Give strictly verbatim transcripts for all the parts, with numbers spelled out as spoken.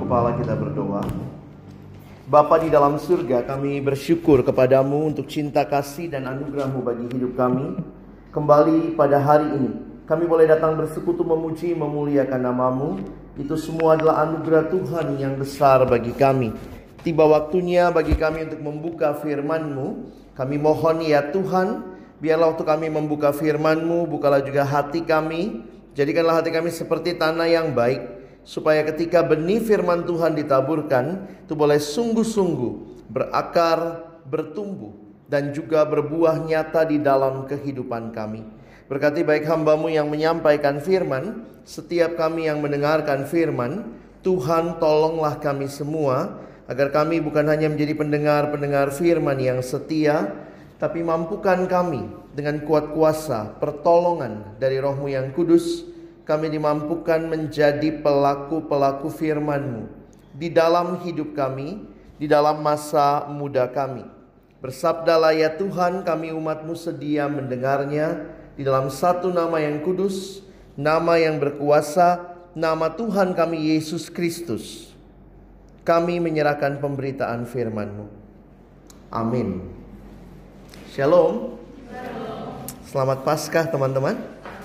kepala kita berdoa. Bapa di dalam surga, kami bersyukur kepadamu untuk cinta kasih dan anugerah-Mu bagi hidup kami. Kembali pada hari ini, kami boleh datang bersekutu memuji, memuliakan nama-Mu. Itu semua adalah anugerah Tuhan yang besar bagi kami. Tiba waktunya bagi kami untuk membuka firman-Mu. Kami mohon ya Tuhan, biarlah waktu kami membuka firman-Mu, bukalah juga hati kami. Jadikanlah hati kami seperti tanah yang baik, supaya ketika benih firman Tuhan ditaburkan, itu boleh sungguh-sungguh berakar, bertumbuh, dan juga berbuah nyata di dalam kehidupan kami. Berkati baik hamba-Mu yang menyampaikan firman, setiap kami yang mendengarkan firman. Tuhan, tolonglah kami semua, agar kami bukan hanya menjadi pendengar-pendengar firman yang setia, tapi mampukan kami dengan kuat kuasa pertolongan dari Roh-Mu yang kudus. Kami dimampukan menjadi pelaku-pelaku firman-Mu di dalam hidup kami, di dalam masa muda kami. Bersabdalah ya Tuhan, kami umat-Mu sedia mendengarnya di dalam satu nama yang kudus, nama yang berkuasa, nama Tuhan kami Yesus Kristus. Kami menyerahkan pemberitaan firman-Mu. Amin. Shalom. Selamat Paskah teman-teman.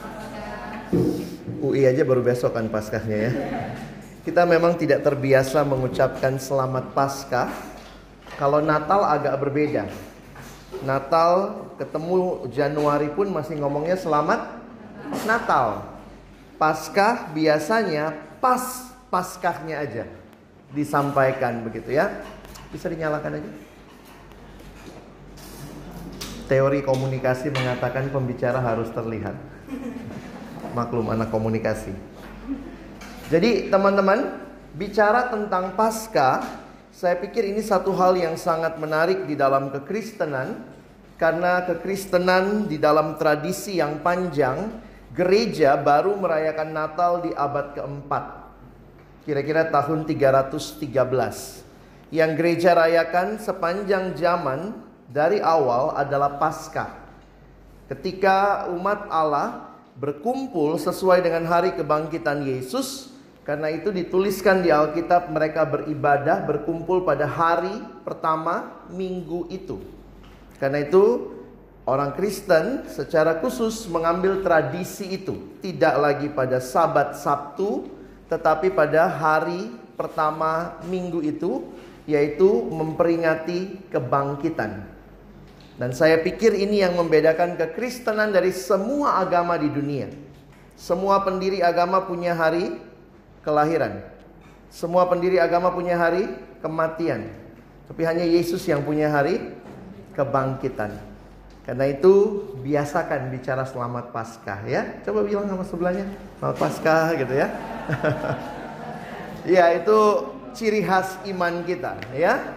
U I aja baru besok kan Paskahnya ya. Kita memang tidak terbiasa mengucapkan selamat Paskah. Kalau Natal agak berbeda. Natal ketemu Januari pun masih ngomongnya selamat Natal. Paskah biasanya pas Paskahnya aja disampaikan begitu ya. Bisa dinyalakan aja. Teori komunikasi mengatakan pembicara harus terlihat. Maklum anak komunikasi. Jadi teman-teman, bicara tentang Paskah, saya pikir ini satu hal yang sangat menarik di dalam kekristenan. Karena kekristenan di dalam tradisi yang panjang, gereja baru merayakan Natal di abad keempat, kira-kira tahun tiga ratus tiga belas. Yang gereja rayakan sepanjang zaman dari awal adalah Paskah, ketika umat Allah berkumpul sesuai dengan hari kebangkitan Yesus. Karena itu dituliskan di Alkitab, mereka beribadah berkumpul pada hari pertama minggu itu. Karena itu orang Kristen secara khusus mengambil tradisi itu, tidak lagi pada Sabat Sabtu, tetapi pada hari pertama minggu itu, yaitu memperingati kebangkitan. Dan saya pikir ini yang membedakan kekristenan dari semua agama di dunia. Semua pendiri agama punya hari kelahiran. Semua pendiri agama punya hari kematian. Tapi hanya Yesus yang punya hari kebangkitan. Karena itu biasakan bicara selamat Paskah ya. Coba bilang sama sebelahnya, selamat Paskah gitu ya. Ya, itu ciri khas iman kita ya.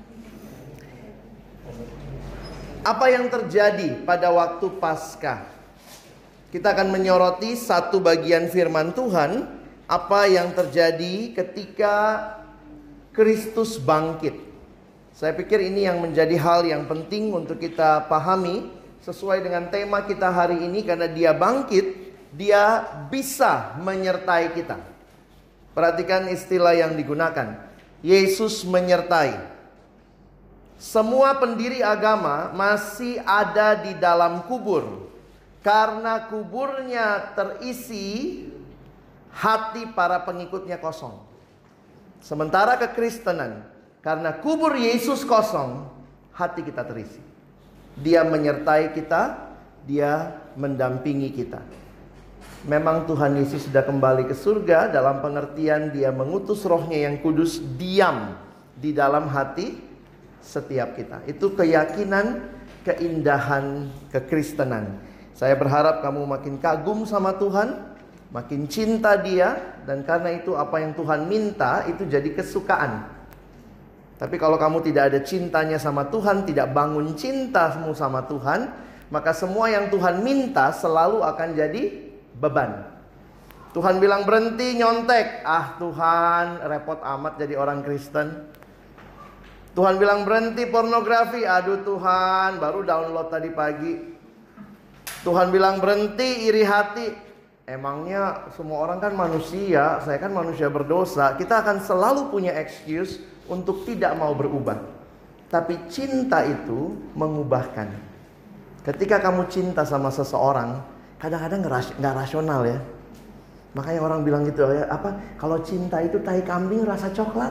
Apa yang terjadi pada waktu Paskah? Kita akan menyoroti satu bagian firman Tuhan. Apa yang terjadi ketika Kristus bangkit? Saya pikir ini yang menjadi hal yang penting untuk kita pahami sesuai dengan tema kita hari ini. Karena Dia bangkit, Dia bisa menyertai kita. Perhatikan istilah yang digunakan, Yesus menyertai. Semua pendiri agama masih ada di dalam kubur. Karena kuburnya terisi, hati para pengikutnya kosong. Sementara kekristenan, karena kubur Yesus kosong, hati kita terisi. Dia menyertai kita, Dia mendampingi kita. Memang Tuhan Yesus sudah kembali ke surga, dalam pengertian Dia mengutus Roh-Nya yang kudus diam di dalam hati setiap kita. Itu keyakinan, keindahan kekristenan. Saya berharap kamu makin kagum sama Tuhan, makin cinta Dia, dan karena itu apa yang Tuhan minta itu jadi kesukaan. Tapi kalau kamu tidak ada cintanya sama Tuhan, tidak bangun cintamu sama Tuhan, maka semua yang Tuhan minta selalu akan jadi beban. Tuhan bilang berhenti nyontek, ah Tuhan repot amat jadi orang Kristen. Tuhan bilang berhenti pornografi, aduh Tuhan baru download tadi pagi. Tuhan bilang berhenti iri hati, emangnya semua orang kan manusia, saya kan manusia berdosa. Kita akan selalu punya excuse untuk tidak mau berubah. Tapi cinta itu mengubahkan. Ketika kamu cinta sama seseorang, kadang-kadang nggak rasional ya. Makanya orang bilang gitu ya, apa? Kalau cinta itu tai kambing rasa coklat.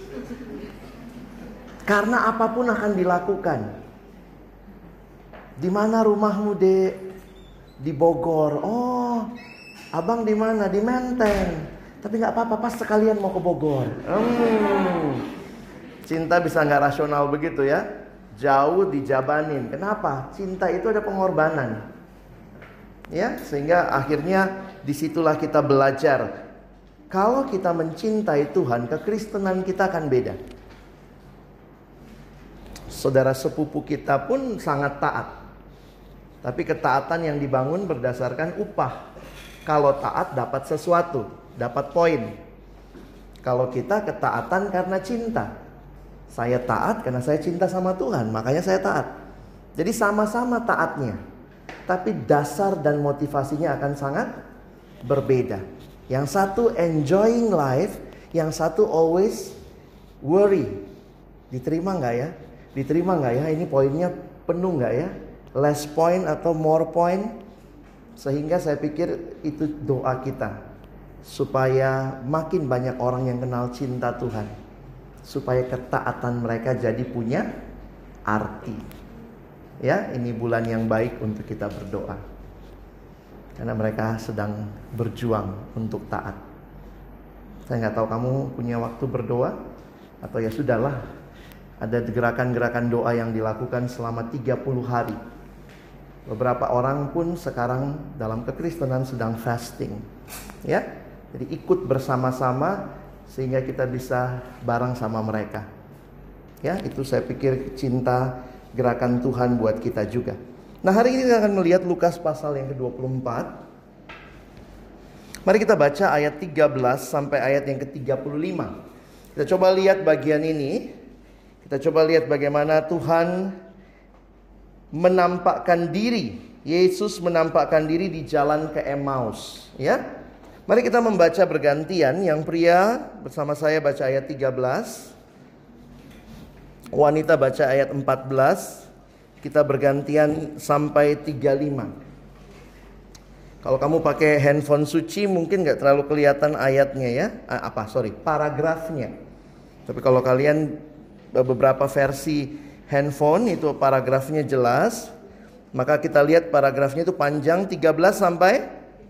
Karena apapun akan dilakukan. Di mana rumahmu, Dek? Di Bogor. Oh, abang di mana? Di Menteng. Tapi nggak apa-apa, pas sekalian mau ke Bogor. Hmm. Cinta bisa nggak rasional begitu ya? Jauh dijabanin. Kenapa? Cinta itu ada pengorbanan. Ya, sehingga akhirnya disitulah kita belajar. Kalau kita mencintai Tuhan, kekristenan kita akan beda. Saudara sepupu kita pun sangat taat. Tapi ketaatan yang dibangun berdasarkan upah. Kalau taat dapat sesuatu, dapat poin. Kalau kita ketaatan karena cinta. Saya taat karena saya cinta sama Tuhan, makanya saya taat. Jadi sama-sama taatnya. Tapi dasar dan motivasinya akan sangat berbeda. Yang satu enjoying life, yang satu always worry. Diterima nggak ya? Diterima nggak ya? Ini poinnya penuh nggak ya? Less point atau more point? Sehingga saya pikir itu doa kita, supaya makin banyak orang yang kenal cinta Tuhan, supaya ketaatan mereka jadi punya arti. Ya, ini bulan yang baik untuk kita berdoa. Karena mereka sedang berjuang untuk taat. Saya nggak tahu kamu punya waktu berdoa, atau ya sudahlah. Ada gerakan-gerakan doa yang dilakukan selama tiga puluh hari. Beberapa orang pun sekarang dalam kekristenan sedang fasting. Ya, jadi ikut bersama-sama sehingga kita bisa bareng sama mereka. Ya, itu saya pikir cinta gerakan Tuhan buat kita juga. Nah, hari ini kita akan melihat Lukas pasal yang ke dua puluh empat. Mari kita baca ayat tiga belas sampai ayat yang ke tiga puluh lima. Kita coba lihat bagian ini. Kita coba lihat bagaimana Tuhan menampakkan diri. Yesus menampakkan diri di jalan ke Emmaus, ya. Mari kita membaca bergantian. Yang pria bersama saya baca ayat tiga belas. Wanita baca ayat empat belas. Kita bergantian sampai tiga puluh lima. Kalau kamu pakai handphone suci mungkin gak terlalu kelihatan ayatnya ya. Ah, apa sorry paragrafnya. Tapi kalau kalian beberapa versi handphone itu paragrafnya jelas, maka kita lihat paragrafnya itu panjang tiga belas sampai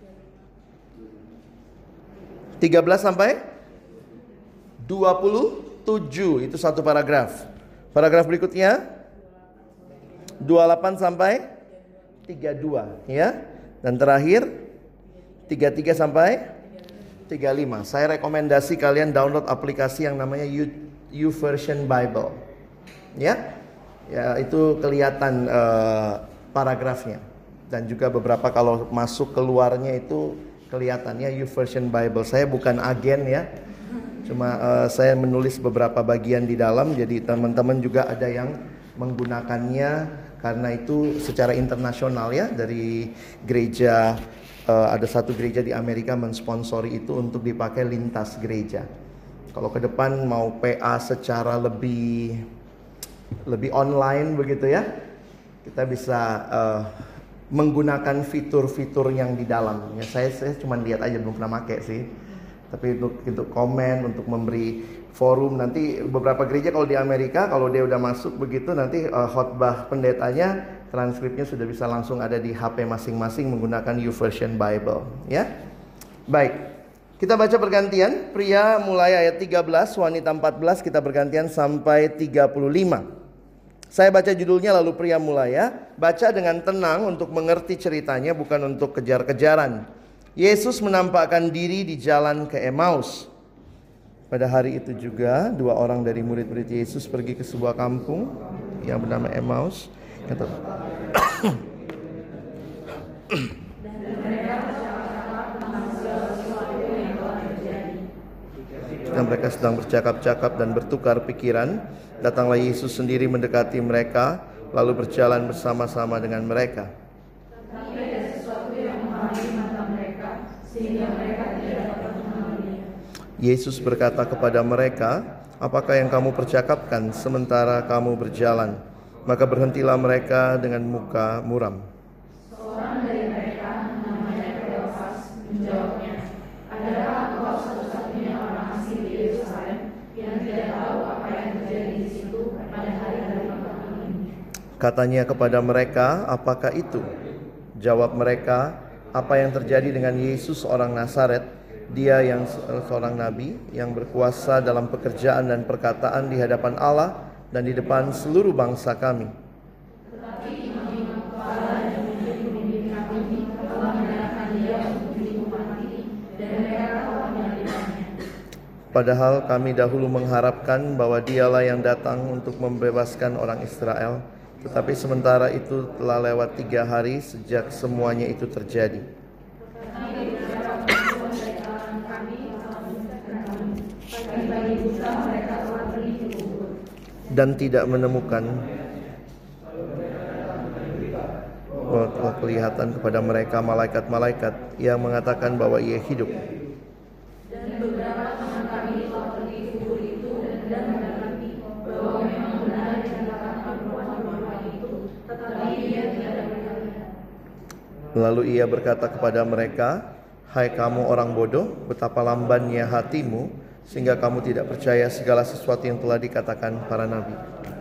tiga belas sampai dua puluh tujuh. Itu satu paragraf. Paragraf berikutnya dua puluh delapan sampai tiga puluh dua, ya. Dan terakhir tiga puluh tiga sampai tiga puluh lima. Saya rekomendasi kalian download aplikasi yang namanya YouVersion Bible. Ya. Ya, itu kelihatan uh, paragrafnya. Dan juga beberapa kalau masuk keluarnya itu kelihatannya YouVersion Bible. Saya bukan agen ya. Cuma uh, saya menulis beberapa bagian di dalam, jadi teman-teman juga ada yang menggunakannya karena itu secara internasional ya, dari gereja, uh, ada satu gereja di Amerika mensponsori itu untuk dipakai lintas gereja. Kalau ke depan mau P A secara lebih lebih online begitu ya, kita bisa uh, menggunakan fitur-fitur yang di dalam. Ya, saya saya cuma lihat aja, belum pernah pakai sih. Tapi untuk untuk komen, untuk memberi forum, nanti beberapa gereja kalau di Amerika kalau dia udah masuk begitu nanti uh, khotbah pendetanya transkripnya sudah bisa langsung ada di H P masing-masing menggunakan YouVersion Bible, ya. Baik. Kita baca bergantian. Pria mulai ayat tiga belas, wanita empat belas, kita bergantian sampai tiga puluh lima. Saya baca judulnya lalu pria mulai ya. Baca dengan tenang untuk mengerti ceritanya, bukan untuk kejar-kejaran. Yesus menampakkan diri di jalan ke Emmaus. Pada hari itu juga dua orang dari murid-murid Yesus pergi ke sebuah kampung yang bernama Emmaus. Kata, dan mereka sedang bercakap-cakap dan bertukar pikiran. Datanglah Yesus sendiri mendekati mereka, lalu berjalan bersama-sama dengan mereka. Yesus berkata kepada mereka, "Apakah yang kamu percakapkan sementara kamu berjalan?" Maka berhentilah mereka dengan muka muram. Seorang dari mereka, namanya Kleopas, menjawabnya, "Adakah engkau satu-satunya orang asing di Yerusalem yang tidak tahu apa yang terjadi di situ pada hari-hari pertama ini?" Katanya kepada mereka, "Apakah itu?" Jawab mereka, "Apa yang terjadi dengan Yesus orang Nazaret, dia yang seorang nabi, yang berkuasa dalam pekerjaan dan perkataan di hadapan Allah dan di depan seluruh bangsa kami. Tetapi imam-imam kepala dan pemimpin-pemimpin kami telah menyerahkan dia untuk dihukum mati, dan mereka telah menerimanya. Padahal kami dahulu mengharapkan bahwa dialah yang datang untuk membebaskan orang Israel. Tetapi sementara itu telah lewat tiga hari sejak semuanya itu terjadi. Tetapi beberapa perempuan dari kalangan kami telah mendekatkan kami. Pagi-pagi buta mereka telah pergi ke kubur Dan tidak menemukan, bahwa telah kelihatan kepada mereka malaikat-malaikat yang mengatakan bahwa ia hidup. Dan beberapa teman kami telah pergi ke kubur itu dan mendapati bahwa memang benar yang dikatakan perempuan-perempuan itu, tetapi ia tidak melihatnya. Lalu ia berkata kepada mereka, "Hai kamu orang bodoh, betapa lambannya hatimu, sehingga kamu tidak percaya segala sesuatu yang telah dikatakan para nabi."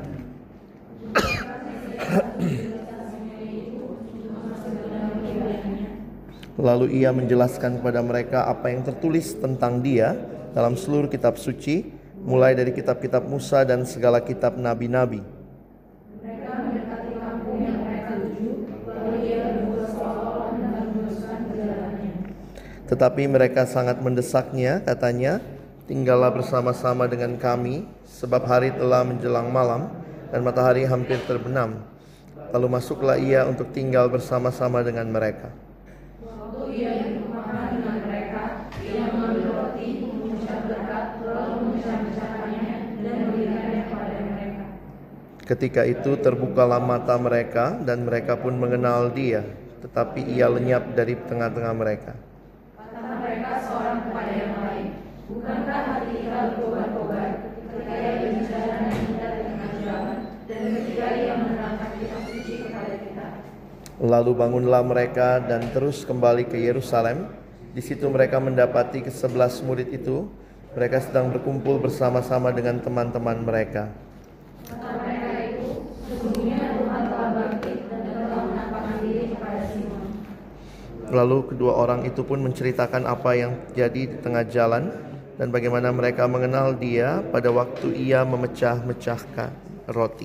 Lalu ia menjelaskan kepada mereka apa yang tertulis tentang dia dalam seluruh kitab suci, mulai dari kitab-kitab Musa dan segala kitab nabi-nabi. Mereka mendekati kampung yang mereka tuju, lalu ia berbuat seolah-olah hendak meneruskan perjalanannya. Tetapi mereka sangat mendesaknya, katanya, "Tinggallah bersama-sama dengan kami, sebab hari telah menjelang malam dan matahari hampir terbenam." Lalu masuklah ia untuk tinggal bersama-sama dengan mereka. Waktu ia duduk makan dengan mereka, ia mengambil roti, mengucap berkat, lalu memecah-mecahkannya dan memberikannya kepada mereka. Ketika itu terbukalah mata mereka dan mereka pun mengenal dia, tetapi ia lenyap dari tengah-tengah mereka. Kata mereka seorang kepada yang lain, "Bukankah hati kita berkobar-kobar ketika ia berbicara dengan kita di tengah jalan dan ketika ia menerangkan kitab suci kepada kita?" Lalu bangunlah mereka dan terus kembali ke Yerusalem. Di situ mereka mendapati kesebelas murid itu. Mereka sedang berkumpul bersama-sama dengan teman-teman mereka. Kata mereka itu, "Sesungguhnya Tuhan telah bangkit dan telah menampakkan diri kepada Simon." Lalu kedua orang itu pun menceritakan apa yang terjadi di tengah jalan dan bagaimana mereka mengenal dia pada waktu ia memecah-mecahkan roti.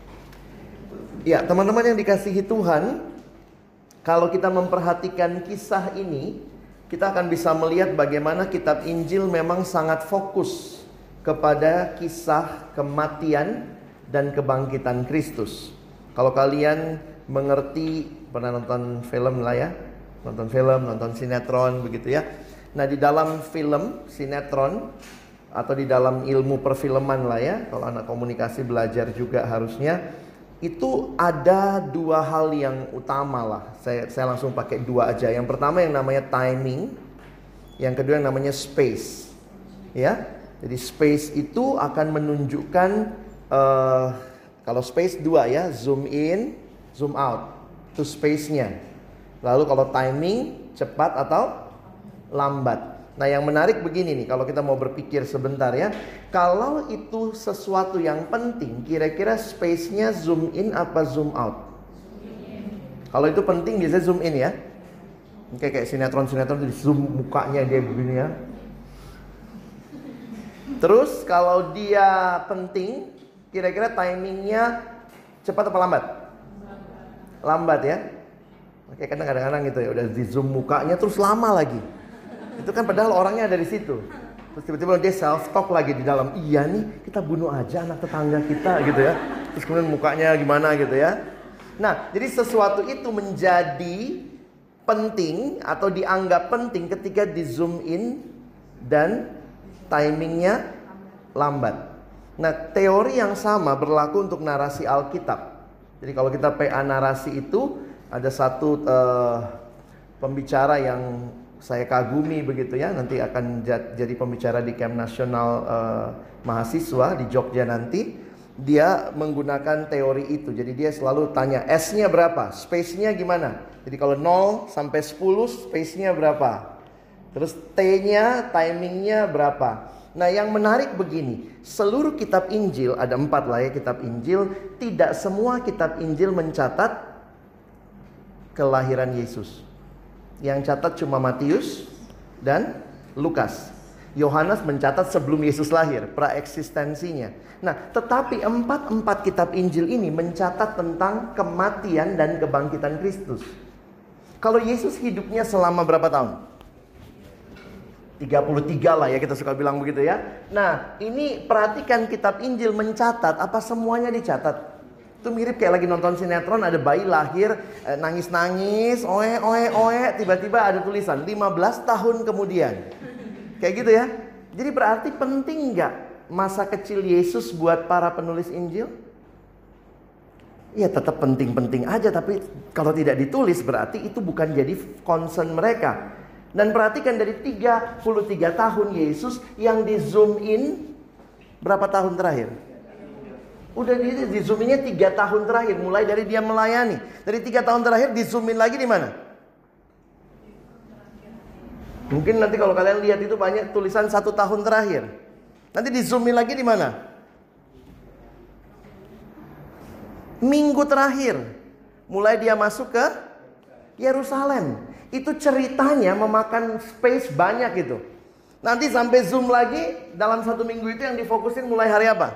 Ya, teman-teman yang dikasihi Tuhan, kalau kita memperhatikan kisah ini, kita akan bisa melihat bagaimana kitab Injil memang sangat fokus kepada kisah kematian dan kebangkitan Kristus. Kalau kalian mengerti, pernah nonton film lah ya, nonton film, nonton sinetron begitu ya. Nah, di dalam film, sinetron, atau di dalam ilmu perfilman lah ya, kalau anak komunikasi belajar juga harusnya, itu ada dua hal yang utama lah. Saya, saya langsung pakai dua aja. Yang pertama yang namanya timing, yang kedua yang namanya space. Ya, jadi space itu akan menunjukkan uh, kalau space dua ya, zoom in, zoom out, itu space-nya. Lalu kalau timing cepat atau lambat. Nah, yang menarik begini nih, kalau kita mau berpikir sebentar ya, kalau itu sesuatu yang penting, kira-kira space-nya zoom in apa zoom out? Kalau itu penting biasanya zoom in ya. Kayak kayak sinetron-sinetron itu di zoom mukanya dia begini ya. Terus kalau dia penting, kira-kira timingnya cepat apa lambat? Lambat ya. Oke, kadang-kadang gitu ya, udah di zoom mukanya terus lama lagi. Itu kan padahal orangnya ada di situ. Terus tiba-tiba dia self talk lagi di dalam. Iya nih, kita bunuh aja anak tetangga kita gitu ya. Terus kemudian mukanya gimana gitu ya. Nah, jadi sesuatu itu menjadi penting atau dianggap penting ketika di zoom in dan timingnya lambat. Nah, teori yang sama berlaku untuk narasi Alkitab. Jadi kalau kita P A narasi itu ada satu uh, pembicara yang saya kagumi begitu ya. Nanti akan jadi pembicara di Camp Nasional uh, Mahasiswa di Jogja nanti. Dia menggunakan teori itu. Jadi dia selalu tanya S-nya berapa, space-nya gimana. Jadi kalau nol sampai sepuluh space-nya berapa. Terus T-nya, timing-nya berapa. Nah yang menarik begini, seluruh kitab Injil, ada empat lah ya kitab Injil, tidak semua kitab Injil mencatat kelahiran Yesus. Yang catat cuma Matius dan Lukas. Yohanes mencatat sebelum Yesus lahir, praeksistensinya. Nah, tetapi empat-empat kitab Injil ini mencatat tentang kematian dan kebangkitan Kristus. Kalau Yesus hidupnya selama berapa tahun? tiga puluh tiga lah ya, kita suka bilang begitu ya. Nah, ini perhatikan kitab Injil mencatat, apa semuanya dicatat? Itu mirip kayak lagi nonton sinetron, ada bayi lahir, eh, nangis-nangis, oe, oe, oe, tiba-tiba ada tulisan lima belas tahun kemudian. Kayak gitu ya. Jadi berarti penting nggak masa kecil Yesus buat para penulis Injil? Ya tetap penting-penting aja, tapi kalau tidak ditulis berarti itu bukan jadi concern mereka. Dan perhatikan dari tiga puluh tiga tahun Yesus yang di zoom in berapa tahun terakhir? Udah di, di zoom innya tiga tahun terakhir, mulai dari dia melayani. Dari tiga tahun terakhir di zoom in lagi di mana? Mungkin nanti kalau kalian lihat itu banyak tulisan satu tahun terakhir. Nanti di zoom in lagi di mana? Minggu terakhir, mulai dia masuk ke Yerusalem. Itu ceritanya memakan space banyak gitu. Nanti sampai zoom lagi, dalam satu minggu itu yang difokusin mulai hari apa?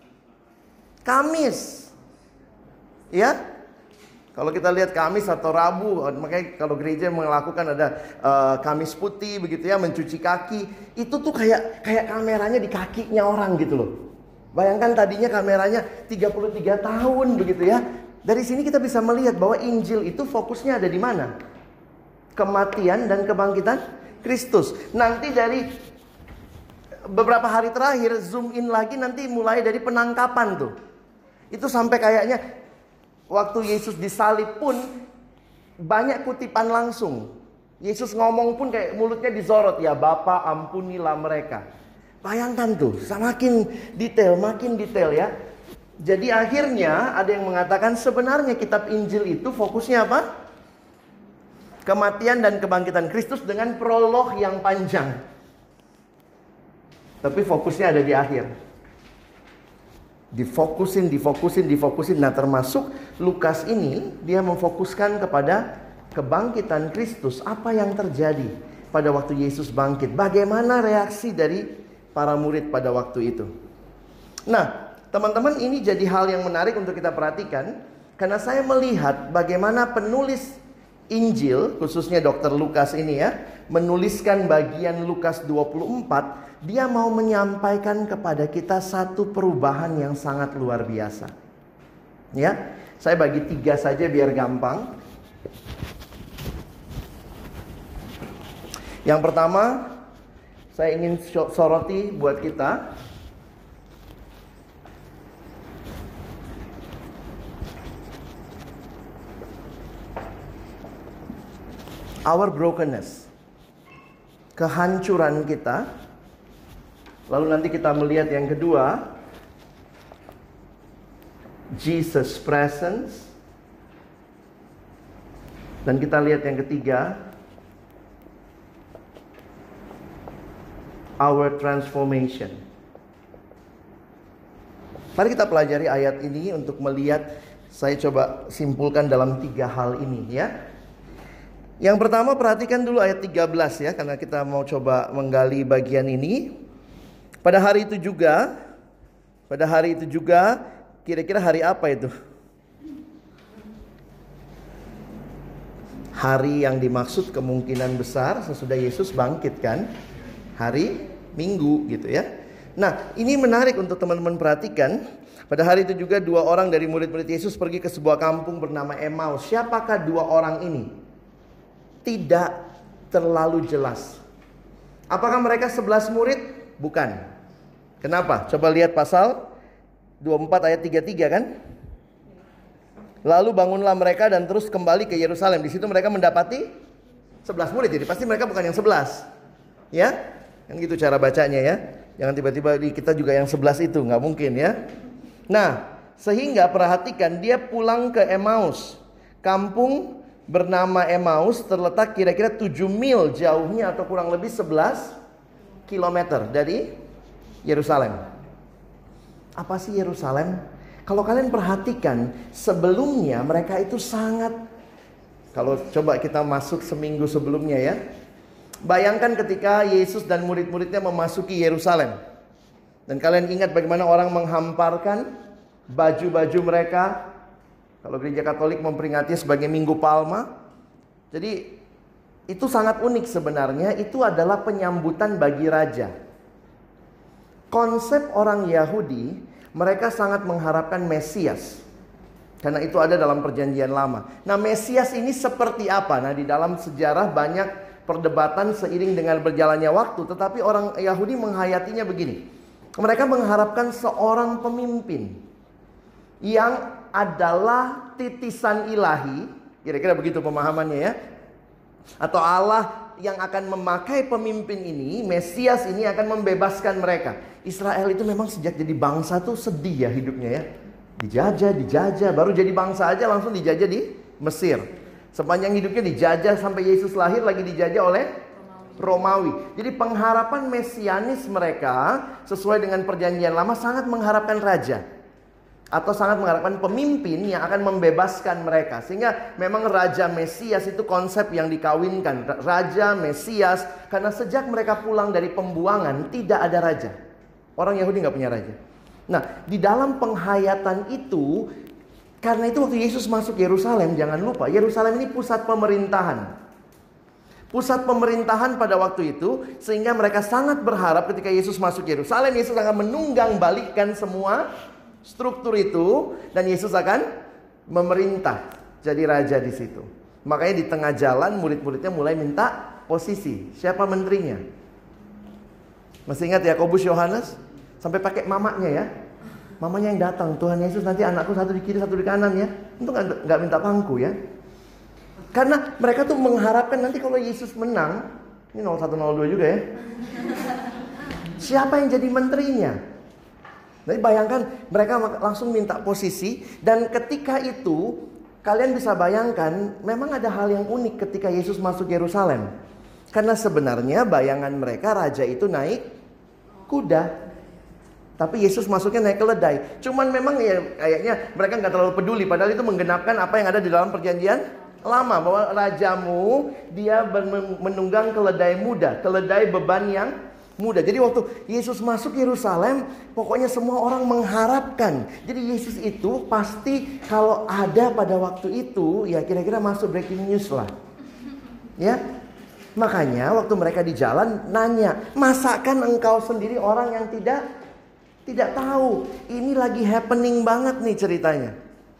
Kamis. Ya. Kalau kita lihat Kamis atau Rabu, makanya kalau gereja melakukan ada uh, Kamis putih begitu ya, mencuci kaki. Itu tuh kayak kayak kameranya di kakinya orang gitu loh. Bayangkan tadinya kameranya tiga puluh tiga tahun begitu ya. Dari sini kita bisa melihat bahwa Injil itu fokusnya ada di mana? Kematian dan kebangkitan Kristus. Nanti dari beberapa hari terakhir zoom in lagi, nanti mulai dari penangkapan tuh. Itu sampai kayaknya waktu Yesus disalib pun banyak kutipan langsung. Yesus ngomong pun kayak mulutnya disorot, ya Bapa ampunilah mereka. Bayangkan tuh, semakin detail, makin detail ya. Jadi akhirnya ada yang mengatakan sebenarnya kitab Injil itu fokusnya apa? Kematian dan kebangkitan Kristus dengan prolog yang panjang. Tapi fokusnya ada di akhir. Difokusin, difokusin, difokusin. Nah termasuk Lukas ini, dia memfokuskan kepada kebangkitan Kristus. Apa yang terjadi pada waktu Yesus bangkit. Bagaimana reaksi dari para murid pada waktu itu. Nah teman-teman, ini jadi hal yang menarik untuk kita perhatikan. Karena saya melihat bagaimana penulis Injil, khususnya dokter Lukas ini ya, menuliskan bagian Lukas dua puluh empat, dia mau menyampaikan kepada kita satu perubahan yang sangat luar biasa. Ya, saya bagi tiga saja biar gampang. Yang pertama, saya ingin soroti buat kita. Our brokenness, kehancuran kita. Lalu nanti kita melihat yang kedua, Jesus' presence. Dan kita lihat yang ketiga, our transformation. Mari kita pelajari ayat ini untuk melihat, saya coba simpulkan dalam tiga hal ini ya. Yang pertama perhatikan dulu ayat tiga belas ya, karena kita mau coba menggali bagian ini. Pada hari itu juga, pada hari itu juga, kira-kira hari apa itu? Hari yang dimaksud kemungkinan besar sesudah Yesus bangkit kan? Hari Minggu gitu ya. Nah ini menarik untuk teman-teman perhatikan. Pada hari itu juga dua orang dari murid-murid Yesus pergi ke sebuah kampung bernama Emmaus. Siapakah dua orang ini? Tidak terlalu jelas. Apakah mereka sebelas murid? Bukan. Kenapa? Coba lihat pasal dua puluh empat ayat tiga puluh tiga kan? Lalu bangunlah mereka dan terus kembali ke Yerusalem. Di situ mereka mendapati sebelas murid, jadi pasti mereka bukan yang sebelas. Ya, kan gitu cara bacanya ya. Jangan tiba-tiba di kita juga yang sebelas itu, nggak mungkin ya. Nah, sehingga perhatikan, dia pulang ke Emmaus. Kampung bernama Emmaus terletak kira-kira tujuh mil jauhnya atau kurang lebih sebelas kilometer dari Yerusalem. Apa sih Yerusalem? Kalau kalian perhatikan, sebelumnya mereka itu sangat, kalau coba kita masuk seminggu sebelumnya ya, bayangkan ketika Yesus dan murid-muridnya memasuki Yerusalem. Dan kalian ingat bagaimana orang menghamparkan baju-baju mereka. Kalau gereja Katolik memperingati sebagai Minggu Palma. Jadi itu sangat unik sebenarnya. Itu adalah penyambutan bagi raja. Konsep orang Yahudi, mereka sangat mengharapkan Mesias. Karena itu ada dalam perjanjian lama. Nah, Mesias ini seperti apa? Nah, di dalam sejarah banyak perdebatan seiring dengan berjalannya waktu, tetapi orang Yahudi menghayatinya begini. Mereka mengharapkan seorang pemimpin yang adalah titisan ilahi, kira-kira begitu pemahamannya ya. Atau Allah yang akan memakai pemimpin ini, Mesias ini akan membebaskan mereka. Israel itu memang sejak jadi bangsa tuh sedih ya hidupnya ya. Dijajah, dijajah, baru jadi bangsa aja langsung dijajah di Mesir. Sepanjang hidupnya dijajah sampai Yesus lahir lagi dijajah oleh Romawi. Jadi pengharapan mesianis mereka sesuai dengan perjanjian lama sangat mengharapkan raja. Atau sangat mengharapkan pemimpin yang akan membebaskan mereka. Sehingga memang Raja Mesias itu konsep yang dikawinkan. Raja Mesias, karena sejak mereka pulang dari pembuangan tidak ada raja. Orang Yahudi nggak punya raja. Nah, di dalam penghayatan itu, karena itu waktu Yesus masuk Yerusalem, jangan lupa Yerusalem ini pusat pemerintahan. Pusat pemerintahan pada waktu itu, sehingga mereka sangat berharap ketika Yesus masuk Yerusalem, Yesus akan menunggang balikkan semua struktur itu dan Yesus akan memerintah jadi raja di situ. Makanya di tengah jalan murid-muridnya mulai minta posisi. Siapa menterinya? Masih ingat Yakobus, Yohanes? Sampai pakai mamanya ya. Mamanya yang datang, Tuhan Yesus nanti anakku satu di kiri satu di kanan ya. Itu nggak minta pangku ya. Karena mereka tuh mengharapkan nanti kalau Yesus menang, ini nol satu nol dua juga ya. Siapa yang jadi menterinya? Jadi bayangkan mereka langsung minta posisi. Dan ketika itu kalian bisa bayangkan memang ada hal yang unik ketika Yesus masuk Yerusalem. Karena sebenarnya bayangan mereka raja itu naik kuda, tapi Yesus masuknya naik keledai. Cuman memang ya kayaknya mereka nggak terlalu peduli. Padahal itu menggenapkan apa yang ada di dalam perjanjian lama. Bahwa rajamu dia menunggang keledai muda, keledai beban yang muda. Jadi waktu Yesus masuk Yerusalem, pokoknya semua orang mengharapkan. Jadi Yesus itu pasti kalau ada pada waktu itu, ya kira-kira masuk breaking news lah. Ya, makanya waktu mereka di jalan nanya, masakan engkau sendiri orang yang tidak tidak tahu? Ini lagi happening banget nih ceritanya.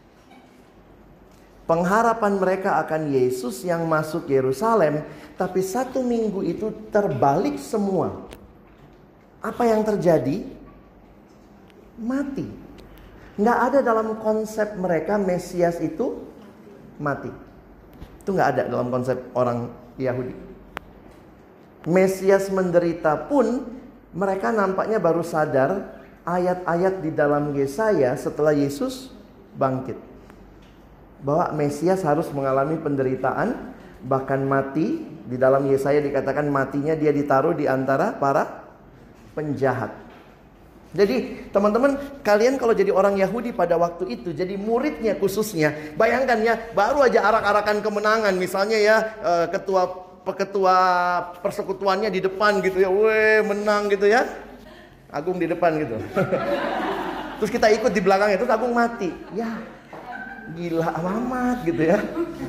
Pengharapan mereka akan Yesus yang masuk Yerusalem, tapi satu minggu itu terbalik semua. Apa yang terjadi? Mati. Nggak ada dalam konsep mereka Mesias itu mati. Itu nggak ada dalam konsep orang Yahudi. Mesias menderita pun mereka nampaknya baru sadar ayat-ayat di dalam Yesaya setelah Yesus bangkit. Bahwa Mesias harus mengalami penderitaan, bahkan mati. Di dalam Yesaya dikatakan matinya dia ditaruh di antara para penjahat. Jadi teman-teman, kalian kalau jadi orang Yahudi pada waktu itu, jadi muridnya khususnya, bayangkan ya, baru aja arak-arakan kemenangan, misalnya ya ketua ketua persekutuannya di depan gitu ya, weh menang gitu ya, Agung di depan gitu. Terus kita ikut di belakangnya, terus Agung mati, ya gila amat gitu ya.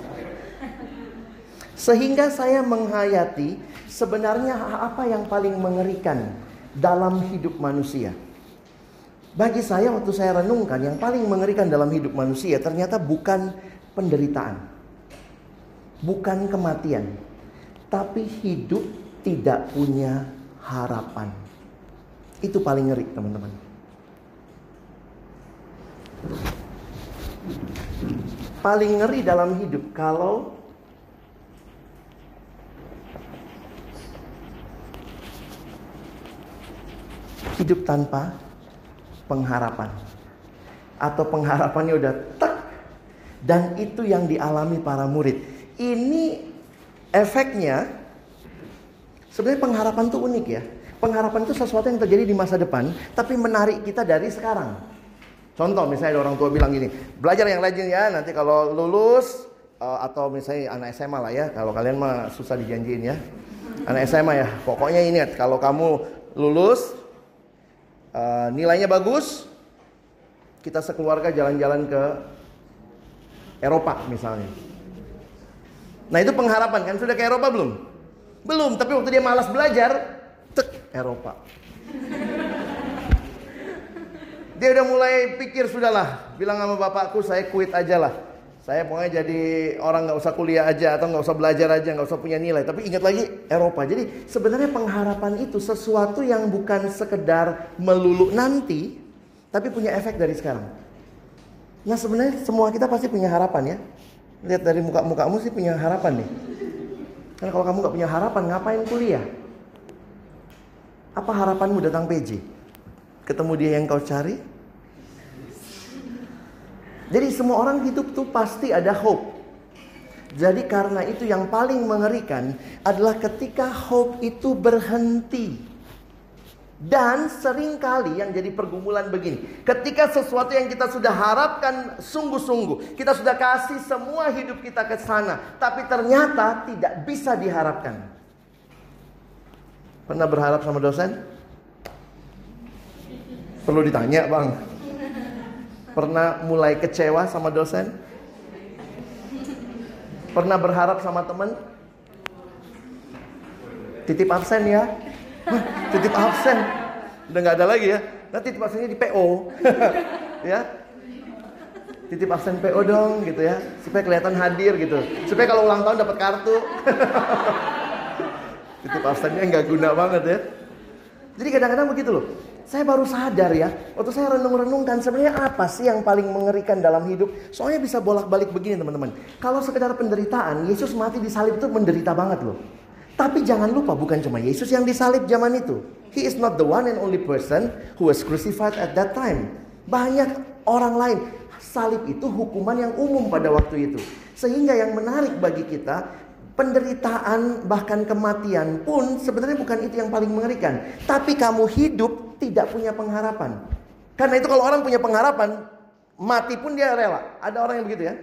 Sehingga saya menghayati sebenarnya apa yang paling mengerikan dalam hidup manusia. Bagi saya waktu saya renungkan, yang paling mengerikan dalam hidup manusia ternyata bukan penderitaan, bukan kematian, tapi hidup tidak punya harapan. Itu paling ngeri teman-teman. Paling ngeri dalam hidup kalau hidup tanpa pengharapan. Atau pengharapannya udah tek. Dan itu yang dialami para murid. Ini efeknya, sebenarnya pengharapan itu unik ya. Pengharapan itu sesuatu yang terjadi di masa depan, tapi menarik kita dari sekarang. Contoh misalnya ada orang tua bilang gini, belajar yang rajin ya, nanti kalau lulus, uh, atau misalnya anak S M A lah ya, kalau kalian mah susah dijanjiin ya. Anak S M A ya, pokoknya ingat kalau kamu lulus, uh, nilainya bagus, kita sekeluarga jalan-jalan ke Eropa misalnya. Nah itu pengharapan kan, sudah ke Eropa belum? Belum, tapi waktu dia malas belajar, tek, Eropa. Dia udah mulai pikir, sudahlah, bilang sama bapakku saya quit aja lah. Saya pokoknya jadi orang gak usah kuliah aja, atau gak usah belajar aja, gak usah punya nilai. Tapi ingat lagi Eropa. Jadi sebenarnya pengharapan itu sesuatu yang bukan sekedar melulu nanti, tapi punya efek dari sekarang. Nah sebenarnya semua kita pasti punya harapan ya. Lihat dari muka-mukamu sih punya harapan nih. Karena kalau kamu gak punya harapan, ngapain kuliah? Apa harapanmu datang P J? Ketemu dia yang kau cari? Jadi semua orang hidup tuh pasti ada hope. Jadi karena itu yang paling mengerikan adalah ketika hope itu berhenti. Dan seringkali yang jadi pergumulan begini, ketika sesuatu yang kita sudah harapkan sungguh-sungguh, kita sudah kasih semua hidup kita ke sana, tapi ternyata tidak bisa diharapkan. Pernah berharap sama dosen? Perlu ditanya bang. Pernah mulai kecewa sama dosen? Pernah berharap sama teman? Titip absen ya. Hah, titip absen. Udah gak ada lagi ya. Nah titip absennya di P O. Ya. Titip absen P O dong gitu ya. Supaya kelihatan hadir gitu. Supaya kalau ulang tahun dapat kartu. Titip absennya gak guna banget ya. Jadi kadang-kadang begitu loh. Saya baru sadar ya, waktu saya renung-renungkan sebenarnya apa sih yang paling mengerikan dalam hidup. Soalnya bisa bolak-balik begini teman-teman. Kalau sekedar penderitaan, Yesus mati di salib itu menderita banget loh. Tapi jangan lupa bukan cuma Yesus yang disalib zaman itu. He is not the one and only person who was crucified at that time. Banyak orang lain. Salib itu hukuman yang umum pada waktu itu. Sehingga yang menarik bagi kita, penderitaan bahkan kematian pun sebenarnya bukan itu yang paling mengerikan. Tapi kamu hidup tidak punya pengharapan. Karena itu kalau orang punya pengharapan, mati pun dia rela. Ada orang yang begitu ya.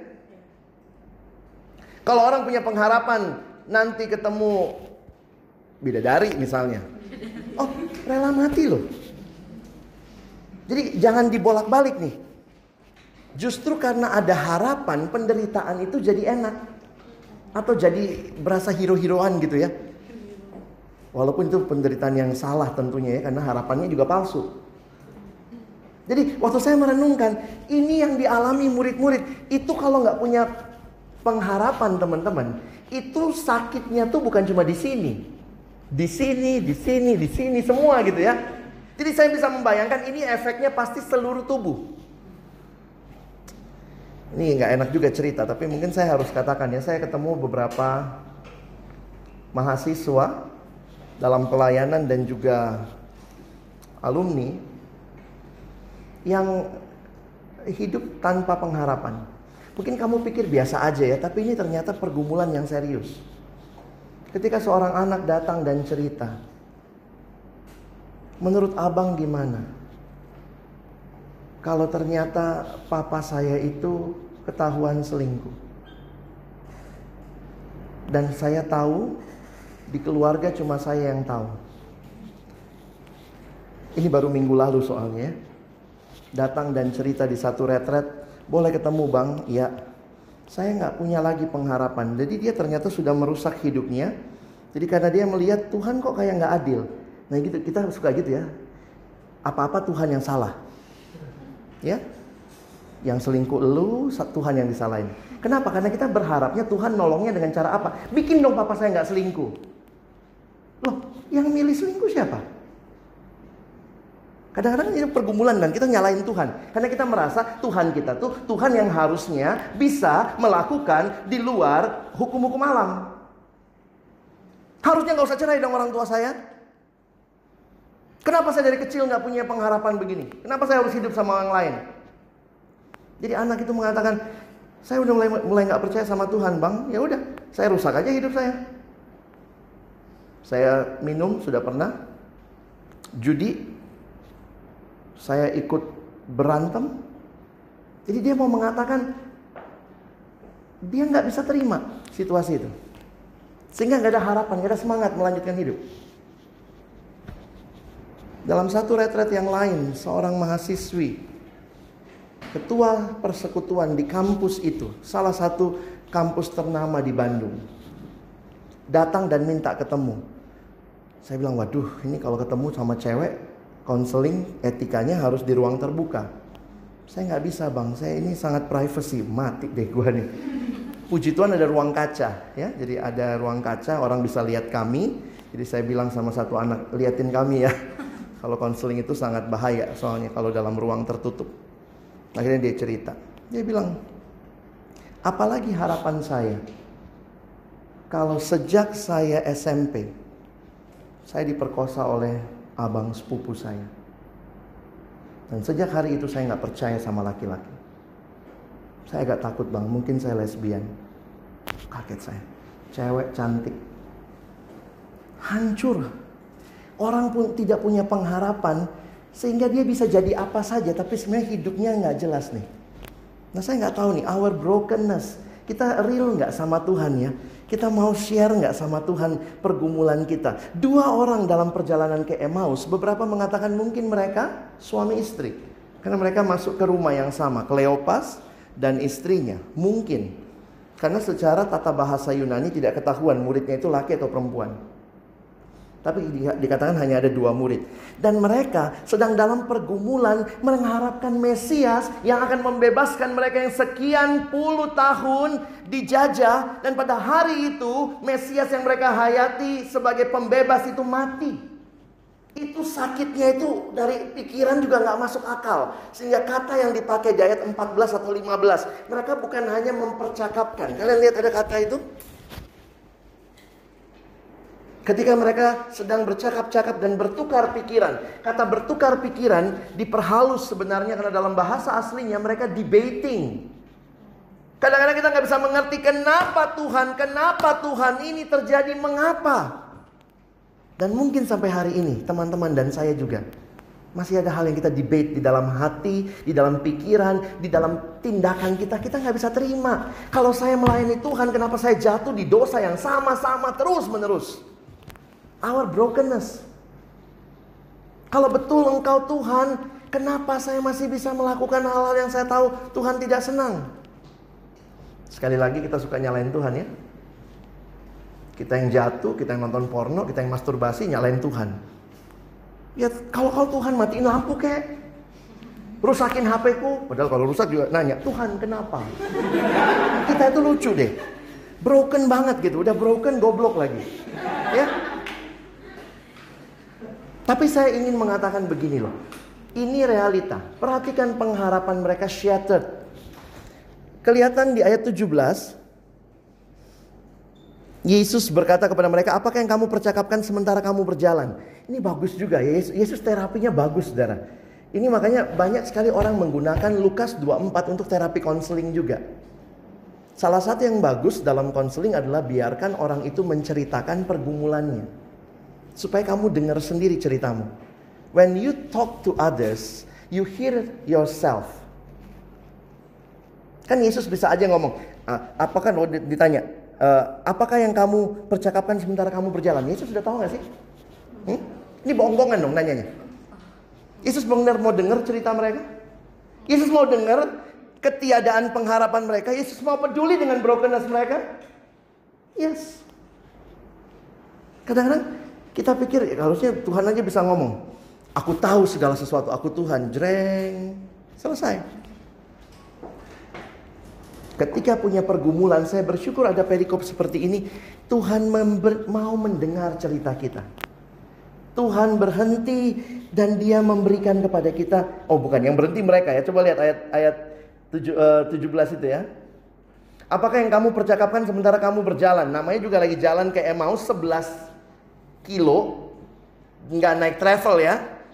Kalau orang punya pengharapan nanti ketemu bidadari misalnya, oh rela mati loh. Jadi jangan dibolak-balik nih. Justru karena ada harapan, penderitaan itu jadi enak. Atau jadi berasa hero-heroan gitu ya. Walaupun itu penderitaan yang salah tentunya ya, karena harapannya juga palsu. Jadi waktu saya merenungkan, ini yang dialami murid-murid. Itu kalau nggak punya pengharapan teman-teman, itu sakitnya tuh bukan cuma di sini. Di sini, di sini, di sini, semua gitu ya. Jadi saya bisa membayangkan ini efeknya pasti seluruh tubuh. Ini nggak enak juga cerita, tapi mungkin saya harus katakan ya. Saya ketemu beberapa mahasiswa dalam pelayanan dan juga alumni yang hidup tanpa pengharapan. Mungkin kamu pikir biasa aja ya, tapi ini ternyata pergumulan yang serius. Ketika seorang anak datang dan cerita, menurut abang gimana? Kalau ternyata papa saya itu ketahuan selingkuh. Dan saya tahu di keluarga cuma saya yang tahu. Ini baru minggu lalu soalnya. Datang dan cerita di satu retret, boleh ketemu bang? Ya. Saya gak punya lagi pengharapan. Jadi dia ternyata sudah merusak hidupnya. Jadi karena dia melihat Tuhan kok kayak gak adil. Nah gitu, kita suka gitu ya. Apa-apa Tuhan yang salah. Ya, yang selingkuh lu, Tuhan yang disalahin. Kenapa? Karena kita berharapnya Tuhan nolongnya dengan cara apa? Bikin dong papa saya gak selingkuh. Loh, yang milih selingkuh siapa? Kadang-kadang ini pergumulan dan kita nyalain Tuhan. Karena kita merasa Tuhan kita tuh Tuhan yang harusnya bisa melakukan di luar hukum-hukum alam. Harusnya gak usah cerai dong orang tua saya. Kenapa saya dari kecil nggak punya pengharapan begini? Kenapa saya harus hidup sama orang lain? Jadi anak itu mengatakan, saya udah mulai mulai nggak percaya sama Tuhan, Bang. Ya udah, saya rusak aja hidup saya. Saya minum sudah pernah, judi, saya ikut berantem. Jadi dia mau mengatakan dia nggak bisa terima situasi itu, sehingga nggak ada harapan, nggak ada semangat melanjutkan hidup. Dalam satu retret yang lain, seorang mahasiswi, ketua persekutuan di kampus itu, salah satu kampus ternama di Bandung, datang dan minta ketemu. Saya bilang, waduh, ini kalau ketemu sama cewek, konseling etikanya harus di ruang terbuka. Saya nggak bisa, Bang, saya ini sangat privacy, mati deh gua nih. Puji Tuhan ada ruang kaca, ya, jadi ada ruang kaca, orang bisa lihat kami. Jadi saya bilang sama satu anak, liatin kami ya. Kalau konseling itu sangat bahaya, soalnya kalau dalam ruang tertutup. Akhirnya dia cerita, dia bilang, apalagi harapan saya kalau sejak saya S M P saya diperkosa oleh abang sepupu saya, dan sejak hari itu saya gak percaya sama laki-laki. Saya agak takut, Bang, mungkin saya lesbian. Kaget saya, cewek cantik, hancur. Orang pun tidak punya pengharapan, sehingga dia bisa jadi apa saja, tapi sebenarnya hidupnya gak jelas nih. Nah, saya gak tahu nih, our brokenness, kita real gak sama Tuhan ya? Kita mau share gak sama Tuhan pergumulan kita? Dua orang dalam perjalanan ke Emmaus, beberapa mengatakan mungkin mereka suami istri, karena mereka masuk ke rumah yang sama, Kleopas dan istrinya. Mungkin, karena secara tata bahasa Yunani tidak ketahuan muridnya itu laki atau perempuan. Tapi dikatakan hanya ada dua murid. Dan mereka sedang dalam pergumulan mengharapkan Mesias yang akan membebaskan mereka yang sekian puluh tahun dijajah. Dan pada hari itu Mesias yang mereka hayati sebagai pembebas itu mati. Itu sakitnya itu dari pikiran juga gak masuk akal. Sehingga kata yang dipakai di ayat empat belas atau lima belas, mereka bukan hanya mempercakapkan. Kalian lihat ada kata itu? Ketika mereka sedang bercakap-cakap dan bertukar pikiran. Kata bertukar pikiran diperhalus sebenarnya karena dalam bahasa aslinya mereka debating. Kadang-kadang kita gak bisa mengerti kenapa Tuhan, kenapa Tuhan ini terjadi, mengapa. Dan mungkin sampai hari ini teman-teman dan saya juga masih ada hal yang kita debate di dalam hati, di dalam pikiran, di dalam tindakan kita. Kita gak bisa terima. Kalau saya melayani Tuhan, kenapa saya jatuh di dosa yang sama-sama terus-menerus? Our brokenness. Kalau betul engkau Tuhan, kenapa saya masih bisa melakukan hal-hal yang saya tahu Tuhan tidak senang? Sekali lagi kita suka nyalain Tuhan ya. Kita yang jatuh, kita yang nonton porno, kita yang masturbasi, nyalain Tuhan. Ya kalau kalau Tuhan matiin lampu kek, rusakin H P ku, padahal kalau rusak juga nanya, Tuhan kenapa? Kita itu lucu deh. Broken banget gitu, udah broken goblok lagi. Ya. Tapi saya ingin mengatakan begini loh. Ini realita. Perhatikan pengharapan mereka shattered. Kelihatan di ayat tujuh belas. Yesus berkata kepada mereka, apakah yang kamu percakapkan sementara kamu berjalan? Ini bagus juga. Yesus, Yesus terapinya bagus, saudara. Ini makanya banyak sekali orang menggunakan Lukas dua puluh empat untuk terapi konseling juga. Salah satu yang bagus dalam konseling adalah biarkan orang itu menceritakan pergumulannya. Supaya kamu dengar sendiri ceritamu. When you talk to others, you hear yourself. Kan Yesus bisa aja ngomong, apakah ditanya, apakah yang kamu percakapkan sementara kamu berjalan? Yesus sudah tahu gak sih? Hmm? Ini bohong-bohongan dong nanyanya. Yesus benar mau dengar cerita mereka? Yesus mau dengar ketiadaan pengharapan mereka? Yesus mau peduli dengan brokenness mereka? Yes. Kadang-kadang kita pikir ya, harusnya Tuhan aja bisa ngomong, aku tahu segala sesuatu, aku Tuhan, jreng, selesai. Ketika punya pergumulan, saya bersyukur ada perikop seperti ini. Tuhan member, mau mendengar cerita kita. Tuhan berhenti dan dia memberikan kepada kita. Oh bukan, yang berhenti mereka ya. Coba lihat ayat ayat tujuh belas itu ya. Apakah yang kamu percakapkan sementara kamu berjalan? Namanya juga lagi jalan ke Emmaus sebelas kilo. Nggak naik travel ya.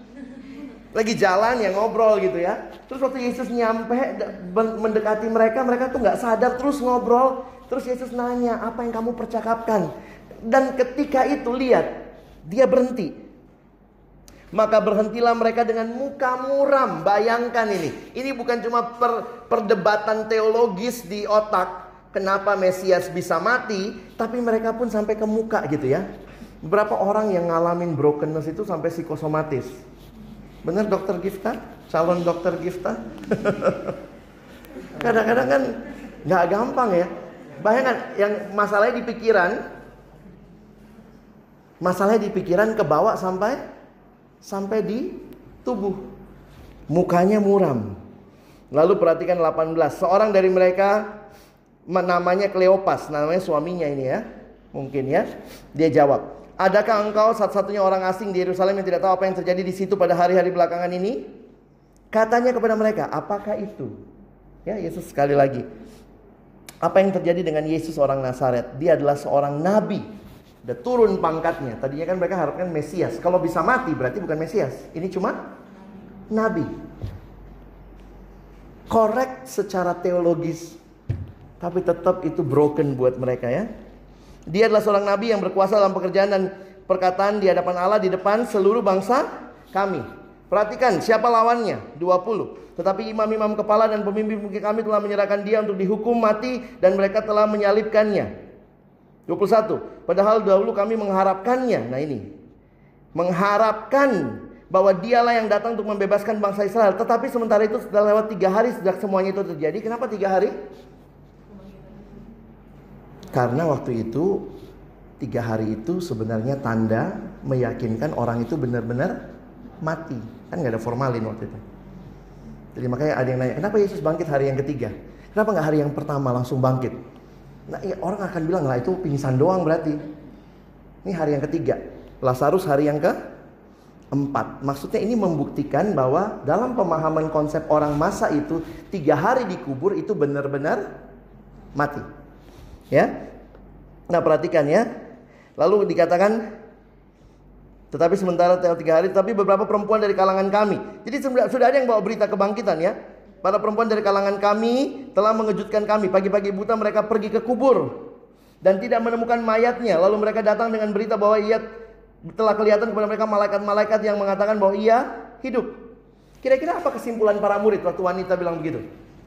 Lagi jalan ya ngobrol gitu ya. Terus waktu Yesus nyampe mendekati mereka, mereka tuh nggak sadar terus ngobrol. Terus Yesus nanya, apa yang kamu percakapkan? Dan ketika itu lihat, dia berhenti. Maka berhentilah mereka dengan muka muram. Bayangkan ini. Ini bukan cuma per, perdebatan teologis di otak. Kenapa Mesias bisa mati. Tapi mereka pun sampai ke muka gitu ya. Beberapa orang yang ngalamin brokenness itu sampai psikosomatis. Benar dokter Gifta? Calon dokter Gifta? Kadang-kadang kan gak gampang ya. Bayangkan yang masalahnya di pikiran. Masalahnya di pikiran kebawa sampai Sampai di tubuh. Mukanya muram. Lalu perhatikan delapan belas. Seorang dari mereka namanya Kleopas. Namanya suaminya ini ya. Mungkin ya. Dia jawab, adakah engkau satu-satunya orang asing di Yerusalem yang tidak tahu apa yang terjadi di situ pada hari-hari belakangan ini? Katanya kepada mereka, apakah itu? Ya, Yesus sekali lagi. Apa yang terjadi dengan Yesus orang Nazaret? Dia adalah seorang nabi. Udah turun pangkatnya. Tadinya kan mereka harapkan Mesias. Kalau bisa mati berarti bukan Mesias. Ini cuma nabi. Korek secara teologis. Tapi tetap itu broken buat mereka ya. Dia adalah seorang nabi yang berkuasa dalam pekerjaan dan perkataan di hadapan Allah di depan seluruh bangsa kami. Perhatikan siapa lawannya. dua puluh. Tetapi imam-imam kepala dan pemimpin kami telah menyerahkan dia untuk dihukum mati dan mereka telah menyalibkannya. dua puluh satu. Padahal dahulu kami mengharapkannya. Nah ini. Mengharapkan bahwa dialah yang datang untuk membebaskan bangsa Israel. Tetapi sementara itu sudah lewat tiga hari sejak semuanya itu terjadi. Kenapa tiga hari? Karena waktu itu tiga hari itu sebenarnya tanda meyakinkan orang itu benar-benar mati. Kan gak ada formalin waktu itu. Jadi makanya ada yang nanya, kenapa Yesus bangkit hari yang ketiga? Kenapa gak hari yang pertama langsung bangkit? Nah ya, orang akan bilang lah itu pingsan doang berarti. Ini hari yang ketiga. Lazarus hari yang keempat. Maksudnya ini membuktikan bahwa dalam pemahaman konsep orang masa itu tiga hari dikubur itu benar-benar mati. Ya. Nah perhatikan ya. Lalu dikatakan, tetapi sementara tiga hari, tapi beberapa perempuan dari kalangan kami. Jadi sudah ada yang bawa berita kebangkitan ya. Para perempuan dari kalangan kami telah mengejutkan kami. Pagi-pagi buta mereka pergi ke kubur dan tidak menemukan mayatnya. Lalu mereka datang dengan berita bahwa ia telah kelihatan kepada mereka malaikat-malaikat yang mengatakan bahwa ia hidup. Kira-kira apa kesimpulan para murid waktu wanita bilang begitu?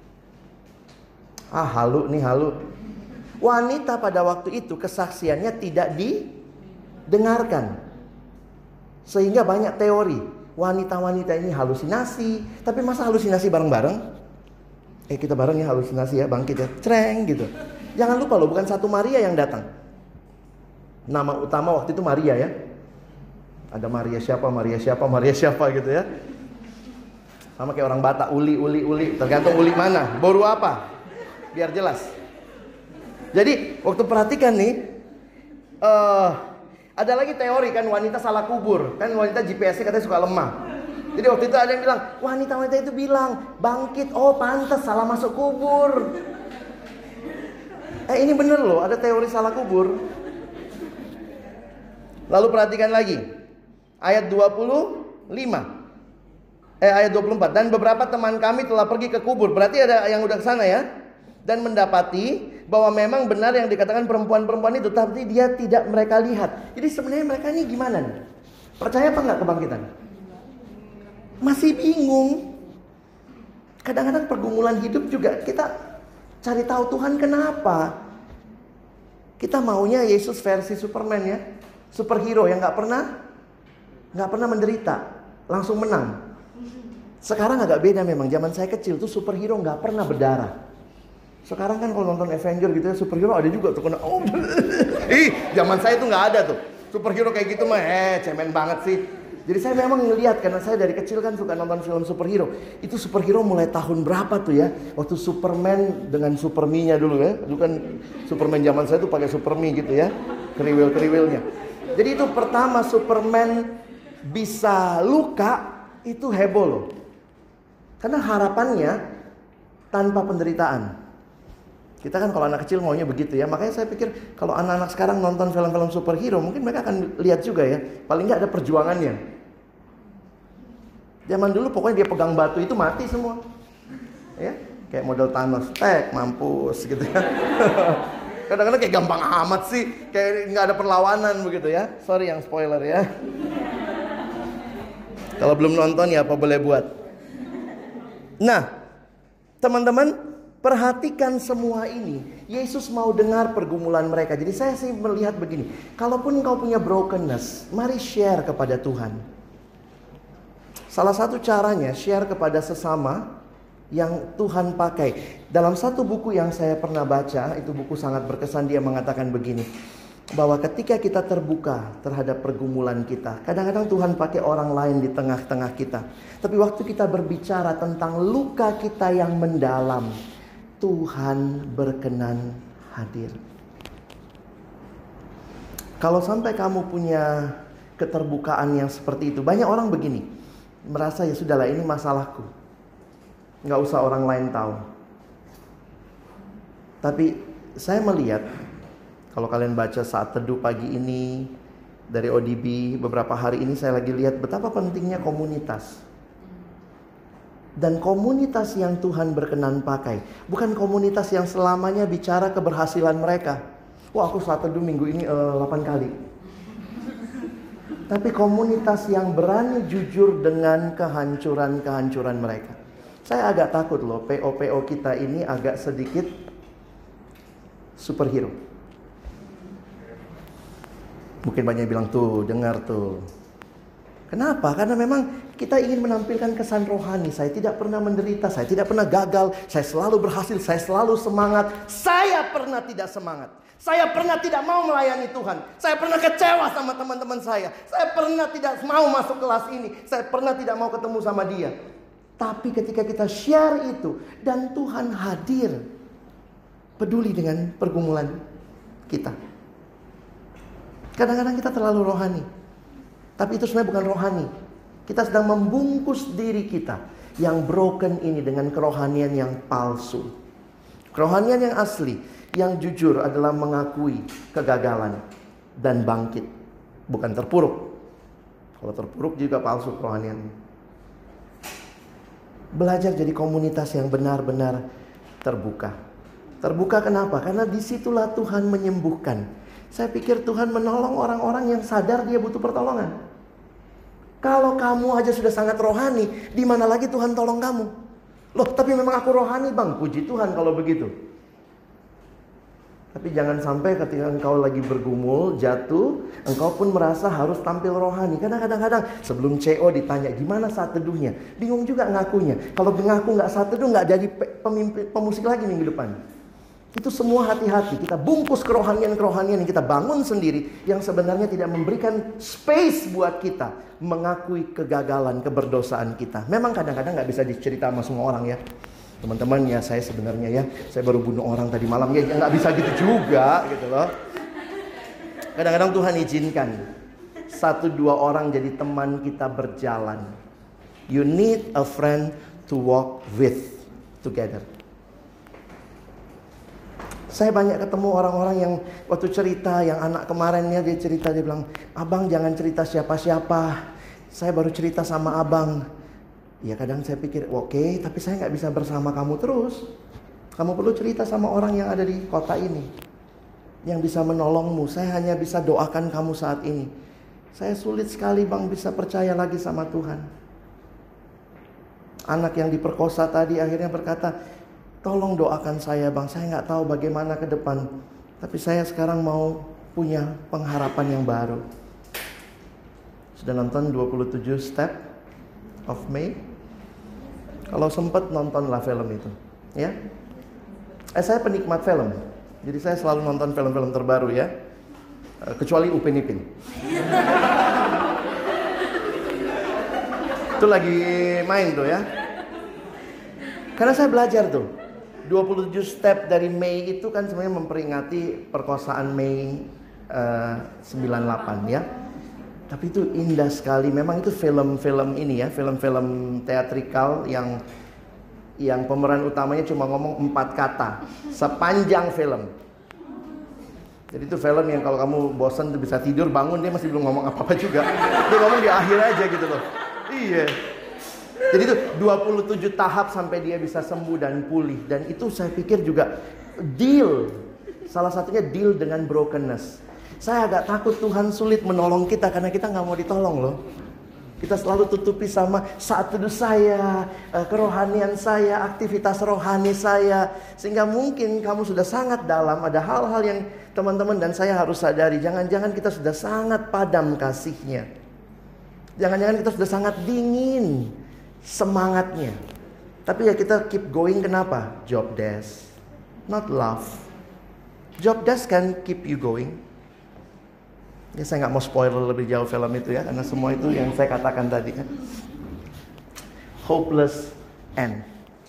Ah halu nih halu. Wanita pada waktu itu kesaksiannya tidak didengarkan. Sehingga banyak teori. Wanita-wanita ini halusinasi. Tapi masa halusinasi bareng-bareng? Eh kita bareng ya halusinasi ya, bangkit ya. Cereng gitu. Jangan lupa loh, bukan satu Maria yang datang. Nama utama waktu itu Maria ya. Ada Maria siapa, Maria siapa, Maria siapa gitu ya. Sama kayak orang Batak, uli, uli, uli. Tergantung uli mana, boru apa. Biar jelas. Jadi waktu perhatikan nih. Uh, Ada lagi teori kan wanita salah kubur. Kan wanita G P S-nya katanya suka lemah. Jadi waktu itu ada yang bilang, wanita-wanita itu bilang, bangkit, oh pantas salah masuk kubur. Eh ini bener loh, ada teori salah kubur. Lalu perhatikan lagi. Ayat dua puluh lima. Eh ayat dua puluh empat. Dan beberapa teman kami telah pergi ke kubur. Berarti ada yang udah ke sana ya. Dan mendapati bahwa memang benar yang dikatakan perempuan-perempuan itu, tapi dia tidak mereka lihat. Jadi sebenarnya mereka ini gimana nih? Percaya apa enggak kebangkitan? Masih bingung. Kadang-kadang pergumulan hidup juga kita cari tahu Tuhan kenapa. Kita maunya Yesus versi Superman ya, superhero yang nggak pernah nggak pernah menderita, langsung menang. Sekarang agak beda memang. Zaman saya kecil tuh superhero nggak pernah berdarah. Sekarang kan kalau nonton Avenger gitu ya, superhero ada juga tuh kena. Oh, ih, zaman saya tuh nggak ada tuh superhero kayak gitu mah. Eh, cemen banget sih. Jadi saya memang ngelihat karena saya dari kecil kan suka nonton film superhero. Itu superhero mulai tahun berapa tuh ya? Waktu Superman dengan Superme-nya dulu ya. Dulu kan Superman zaman saya tuh pakai Superme gitu ya, kriwil-kriwilnya. Jadi itu pertama Superman bisa luka itu heboh loh. Karena harapannya tanpa penderitaan. Kita kan kalau anak kecil maunya begitu ya. Makanya saya pikir kalau anak-anak sekarang nonton film-film superhero, mungkin mereka akan lihat juga ya. Paling nggak ada perjuangannya. Zaman dulu pokoknya dia pegang batu itu mati semua. Ya, kayak model Thanos, tek, mampus gitu ya. Kadang-kadang kayak gampang amat sih, kayak nggak ada perlawanan begitu ya. Sorry yang spoiler ya. Kalau belum nonton ya apa boleh buat. Nah, teman-teman, perhatikan semua ini. Yesus mau dengar pergumulan mereka. Jadi saya sih melihat begini, kalaupun engkau punya brokenness, mari share kepada Tuhan. Salah satu caranya share kepada sesama yang Tuhan pakai. Dalam satu buku yang saya pernah baca, itu buku sangat berkesan, dia mengatakan begini, bahwa ketika kita terbuka terhadap pergumulan kita, kadang-kadang Tuhan pakai orang lain di tengah-tengah kita. Tapi waktu kita berbicara tentang luka kita yang mendalam, Tuhan berkenan hadir. Kalau sampai kamu punya keterbukaan yang seperti itu, banyak orang begini, merasa ya sudahlah ini masalahku, nggak usah orang lain tahu. Tapi saya melihat, kalau kalian baca Saat Teduh pagi ini dari O D B, beberapa hari ini saya lagi lihat betapa pentingnya komunitas. Dan komunitas yang Tuhan berkenan pakai, bukan komunitas yang selamanya bicara keberhasilan mereka. Wah, aku Saat Teduh minggu ini uh, delapan kali. Tapi komunitas yang berani jujur dengan kehancuran-kehancuran mereka. Saya agak takut loh, P O P O kita ini agak sedikit superhero. Mungkin banyak yang bilang tuh, dengar tuh. Kenapa? Karena memang kita ingin menampilkan kesan rohani. Saya tidak pernah menderita, saya tidak pernah gagal, saya selalu berhasil, saya selalu semangat. Saya pernah tidak semangat. Saya pernah tidak mau melayani Tuhan. Saya pernah kecewa sama teman-teman saya. Saya pernah tidak mau masuk kelas ini. Saya pernah tidak mau ketemu sama dia. Tapi ketika kita share itu dan Tuhan hadir, peduli dengan pergumulan kita. Kadang-kadang kita terlalu rohani. Tapi itu sebenarnya bukan rohani. Kita sedang membungkus diri kita yang broken ini dengan kerohanian yang palsu. Kerohanian yang asli, yang jujur adalah mengakui kegagalan dan bangkit, bukan terpuruk. Kalau terpuruk juga palsu kerohanian. Belajar jadi komunitas yang benar-benar terbuka. Terbuka kenapa? Karena disitulah Tuhan menyembuhkan. Saya pikir Tuhan menolong orang-orang yang sadar dia butuh pertolongan. Kalau kamu aja sudah sangat rohani, di mana lagi Tuhan tolong kamu? Loh, tapi memang aku rohani bang, puji Tuhan kalau begitu. Tapi jangan sampai ketika engkau lagi bergumul, jatuh, engkau pun merasa harus tampil rohani. Karena kadang-kadang sebelum C O ditanya, gimana saat teduhnya? Bingung juga ngakunya. Kalau ngaku nggak saat teduh, nggak jadi pemimpin, pemusik lagi minggu depan. Itu semua hati-hati. Kita bungkus kerohanian-kerohanian yang kita bangun sendiri, yang sebenarnya tidak memberikan space buat kita mengakui kegagalan, keberdosaan kita. Memang kadang-kadang nggak bisa dicerita sama semua orang ya. Teman-teman ya, saya sebenarnya ya, saya baru bunuh orang tadi malam ya, nggak bisa gitu juga gitu loh. Kadang-kadang Tuhan izinkan satu dua orang jadi teman kita berjalan. You need a friend to walk with together. Saya banyak ketemu orang-orang yang waktu cerita, yang anak kemarinnya dia cerita, dia bilang, abang jangan cerita siapa-siapa, saya baru cerita sama abang. Ya kadang saya pikir, oke, okay, tapi saya nggak bisa bersama kamu terus. Kamu perlu cerita sama orang yang ada di kota ini, yang bisa menolongmu. Saya hanya bisa doakan kamu saat ini. Saya sulit sekali bang bisa percaya lagi sama Tuhan. Anak yang diperkosa tadi akhirnya berkata, tolong doakan saya bang, saya nggak tahu bagaimana ke depan. Tapi saya sekarang mau punya pengharapan yang baru. Sudah nonton dua puluh tujuh Step of May? Kalau sempat nontonlah film itu, ya. Eh saya penikmat film, jadi saya selalu nonton film-film terbaru ya. Kecuali Upin Ipin. Itu lagi main tuh ya. Karena saya belajar tuh. dua puluh tujuh step dari Mei itu kan sebenarnya memperingati perkosaan Mei uh, sembilan puluh delapan ya. Tapi itu indah sekali. Memang itu film-film ini ya, film-film teatrikal yang yang pemeran utamanya cuma ngomong empat kata sepanjang film. Jadi itu film yang kalau kamu bosan tuh bisa tidur, bangun dia masih belum ngomong apa-apa juga. Dia ngomong di akhir aja gitu loh. Iya. Jadi itu dua puluh tujuh tahap sampai dia bisa sembuh dan pulih. Dan itu saya pikir juga deal. Salah satunya deal dengan brokenness. Saya agak takut Tuhan sulit menolong kita karena kita nggak mau ditolong loh. Kita selalu tutupi sama saat teduh saya, kerohanian saya, aktivitas rohani saya. Sehingga mungkin kamu sudah sangat dalam. Ada hal-hal yang teman-teman dan saya harus sadari. Jangan-jangan kita sudah sangat padam kasihnya. Jangan-jangan kita sudah sangat dingin semangatnya. Tapi ya kita keep going. Kenapa? Job desk, not love. Job desk can keep you going. Ya saya nggak mau spoiler lebih jauh film itu ya, karena semua itu yang saya katakan tadi kan. Hopeless end.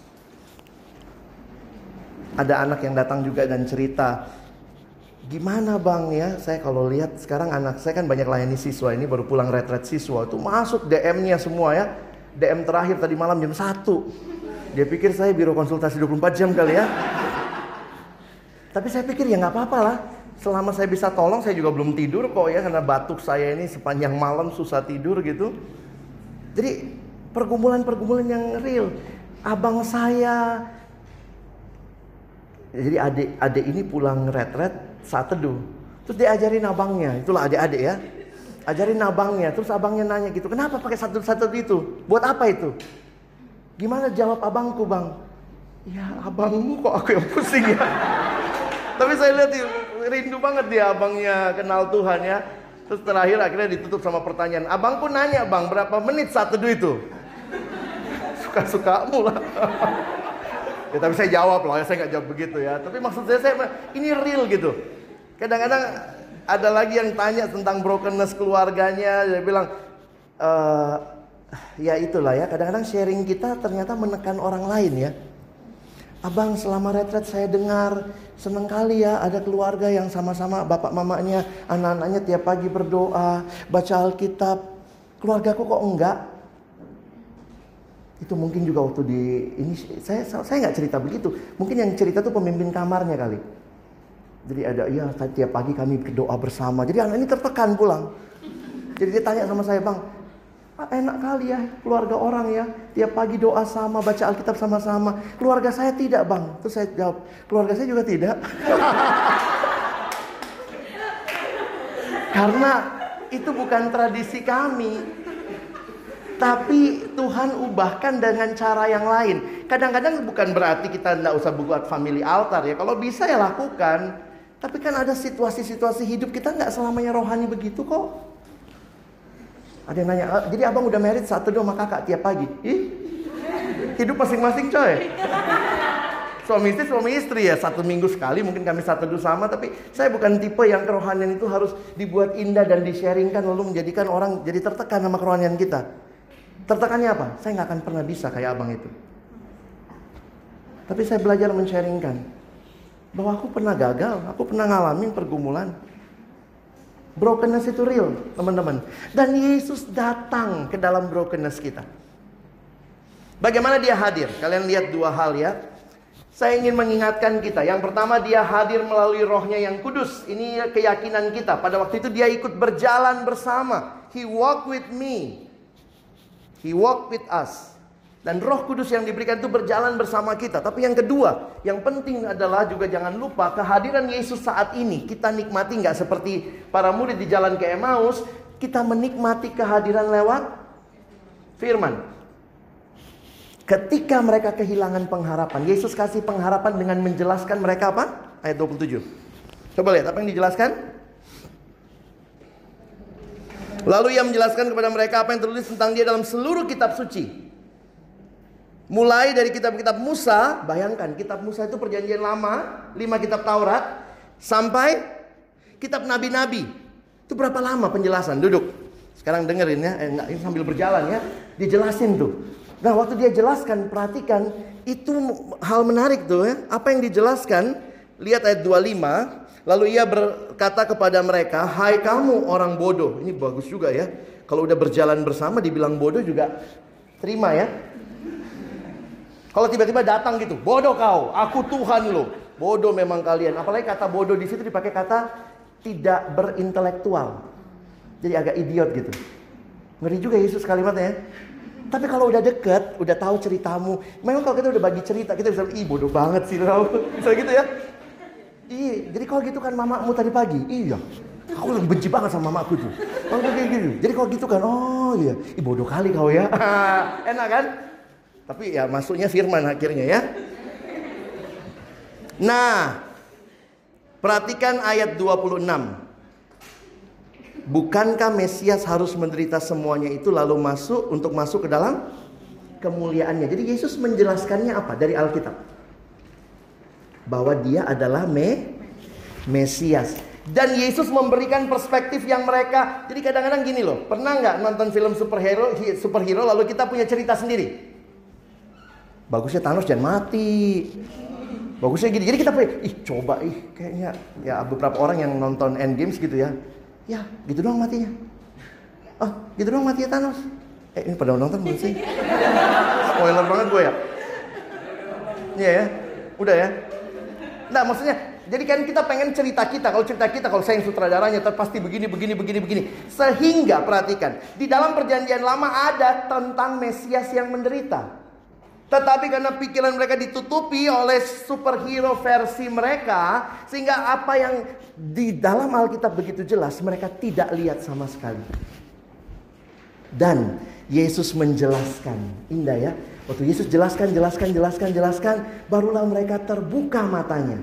Ada anak yang datang juga dan cerita, gimana bang ya, saya kalau lihat sekarang anak saya kan banyak layani siswa, ini baru pulang retret siswa, itu masuk D M-nya semua ya. D M terakhir tadi malam jam satu. Dia pikir saya biro konsultasi dua puluh empat jam kali ya. Tapi saya pikir ya nggak apa-apa lah. Selama saya bisa tolong, saya juga belum tidur kok ya, karena batuk saya ini sepanjang malam susah tidur gitu. Jadi pergumulan-pergumulan yang real. Abang saya, jadi adik-adik ini pulang retret saat teduh, terus diajarin abangnya, itulah adik-adik ya, ajarin abangnya. Terus abangnya nanya gitu, kenapa pakai satu-satu itu? Buat apa itu? Gimana jawab abangku bang? Ya abangmu kok aku yang pusing ya. Tapi saya lihat rindu banget dia abangnya kenal Tuhan ya. Terus terakhir akhirnya ditutup sama pertanyaan, abangku nanya bang berapa menit saat teduh itu? Suka-sukamu lah. Ya tapi saya jawab loh ya, saya nggak jawab begitu ya. Tapi maksud saya, saya ini real gitu. Kadang-kadang ada lagi yang tanya tentang brokenness keluarganya. Dia bilang, e, ya itulah ya, kadang-kadang sharing kita ternyata menekan orang lain ya. Abang selama retret saya dengar seneng kali ya ada keluarga yang sama-sama bapak mamanya, anak-anaknya tiap pagi berdoa, baca Alkitab. Keluargaku kok enggak? Itu mungkin juga waktu di ini saya saya nggak cerita begitu. Mungkin yang cerita tuh pemimpin kamarnya kali. Jadi ada ya tiap pagi kami berdoa bersama. Jadi anak ini tertekan pulang. Jadi dia tanya sama saya, bang, enak kali ya keluarga orang ya, tiap pagi doa sama, baca Alkitab sama-sama. Keluarga saya tidak bang. Terus saya jawab, keluarga saya juga tidak. Karena itu bukan tradisi kami. Tapi Tuhan ubahkan dengan cara yang lain. Kadang-kadang bukan berarti kita tidak usah buat family altar ya. Kalau bisa ya lakukan. Tapi kan ada situasi-situasi hidup kita nggak selamanya rohani begitu kok. Ada yang nanya, jadi abang udah married saat teduh sama kakak tiap pagi? Ih, hidup masing-masing coy. Suami istri, suami istri ya, satu minggu sekali mungkin kami saat teduh sama. Tapi saya bukan tipe yang kerohanian itu harus dibuat indah dan di-sharingkan lalu menjadikan orang jadi tertekan sama kerohanian kita. Tertekannya apa? Saya nggak akan pernah bisa kayak abang itu. Tapi saya belajar men-sharingkan bahwa aku pernah gagal, aku pernah ngalamin pergumulan. Brokenness itu real, teman-teman. Dan Yesus datang ke dalam brokenness kita. Bagaimana dia hadir? Kalian lihat dua hal ya. Saya ingin mengingatkan kita. Yang pertama, dia hadir melalui rohnya yang kudus. Ini keyakinan kita. Pada waktu itu dia ikut berjalan bersama. He walked with me. He walked with us. Dan Roh Kudus yang diberikan itu berjalan bersama kita. Tapi yang kedua, yang penting adalah juga jangan lupa kehadiran Yesus saat ini. Kita nikmati nggak seperti para murid di jalan ke Emmaus. Kita menikmati kehadiran lewat firman. Ketika mereka kehilangan pengharapan, Yesus kasih pengharapan dengan menjelaskan mereka apa? Ayat dua puluh tujuh. Coba lihat apa yang dijelaskan. Lalu ia menjelaskan kepada mereka apa yang tertulis tentang dia dalam seluruh kitab suci. Mulai dari kitab-kitab Musa, bayangkan kitab Musa itu perjanjian lama, lima kitab Taurat, sampai kitab nabi-nabi. Itu berapa lama penjelasan? Duduk. Sekarang dengerin ya, eh, enggak, ini sambil berjalan ya. Dijelasin tuh. Nah waktu dia jelaskan, perhatikan, itu hal menarik tuh ya. Apa yang dijelaskan, lihat ayat dua puluh lima. Lalu ia berkata kepada mereka, hai kamu orang bodoh. Ini bagus juga ya. Kalau udah berjalan bersama dibilang bodoh juga terima ya. Kalau tiba-tiba datang gitu, bodoh kau, aku Tuhan lo. Bodoh memang kalian. Apalagi kata bodoh di situ dipakai kata tidak berintelektual. Jadi agak idiot gitu. Ngeri juga Yesus kalimatnya ya. Tapi kalau udah deket, udah tahu ceritamu, memang kalau kita udah bagi cerita, kita bisa, ih bodoh banget sih, bisa gitu ya. Iya, jadi kalau gitu kan mamamu tadi pagi, iya, aku lagi benci banget sama mamaku tuh. Oh kayak gitu. Jadi kalau gitu kan, oh iya, ih bodoh kali kau ya. Enak kan? Tapi ya masuknya firman akhirnya ya. Nah, perhatikan ayat dua puluh enam. Bukankah Mesias harus menderita semuanya itu lalu masuk untuk masuk ke dalam kemuliaannya? Jadi Yesus menjelaskannya apa dari Alkitab? Bahwa dia adalah me Mesias. Dan Yesus memberikan perspektif yang mereka. Jadi kadang-kadang gini loh, pernah nggak nonton film superhero, superhero lalu kita punya cerita sendiri? Bagusnya Thanos jangan mati. Bagusnya gini. Jadi kita punya, ih coba ih kayaknya ya beberapa orang yang nonton Endgames gitu ya. Ya, gitu doang matinya. Oh, gitu doang matinya Thanos. Eh, ini pada nonton belum sih? Spoiler banget gue ya. Iya ya, udah ya. Nah, maksudnya, jadi kan kita pengen cerita kita. Kalau cerita kita, kalau saya yang sutradaranya, pasti begini, begini, begini, begini. Sehingga, perhatikan, di dalam perjanjian lama ada tentang Mesias yang menderita. Tetapi karena pikiran mereka ditutupi oleh superhero versi mereka, sehingga apa yang di dalam Alkitab begitu jelas mereka tidak lihat sama sekali. Dan Yesus menjelaskan, indah ya. Waktu Yesus jelaskan, jelaskan, jelaskan, jelaskan, barulah mereka terbuka matanya.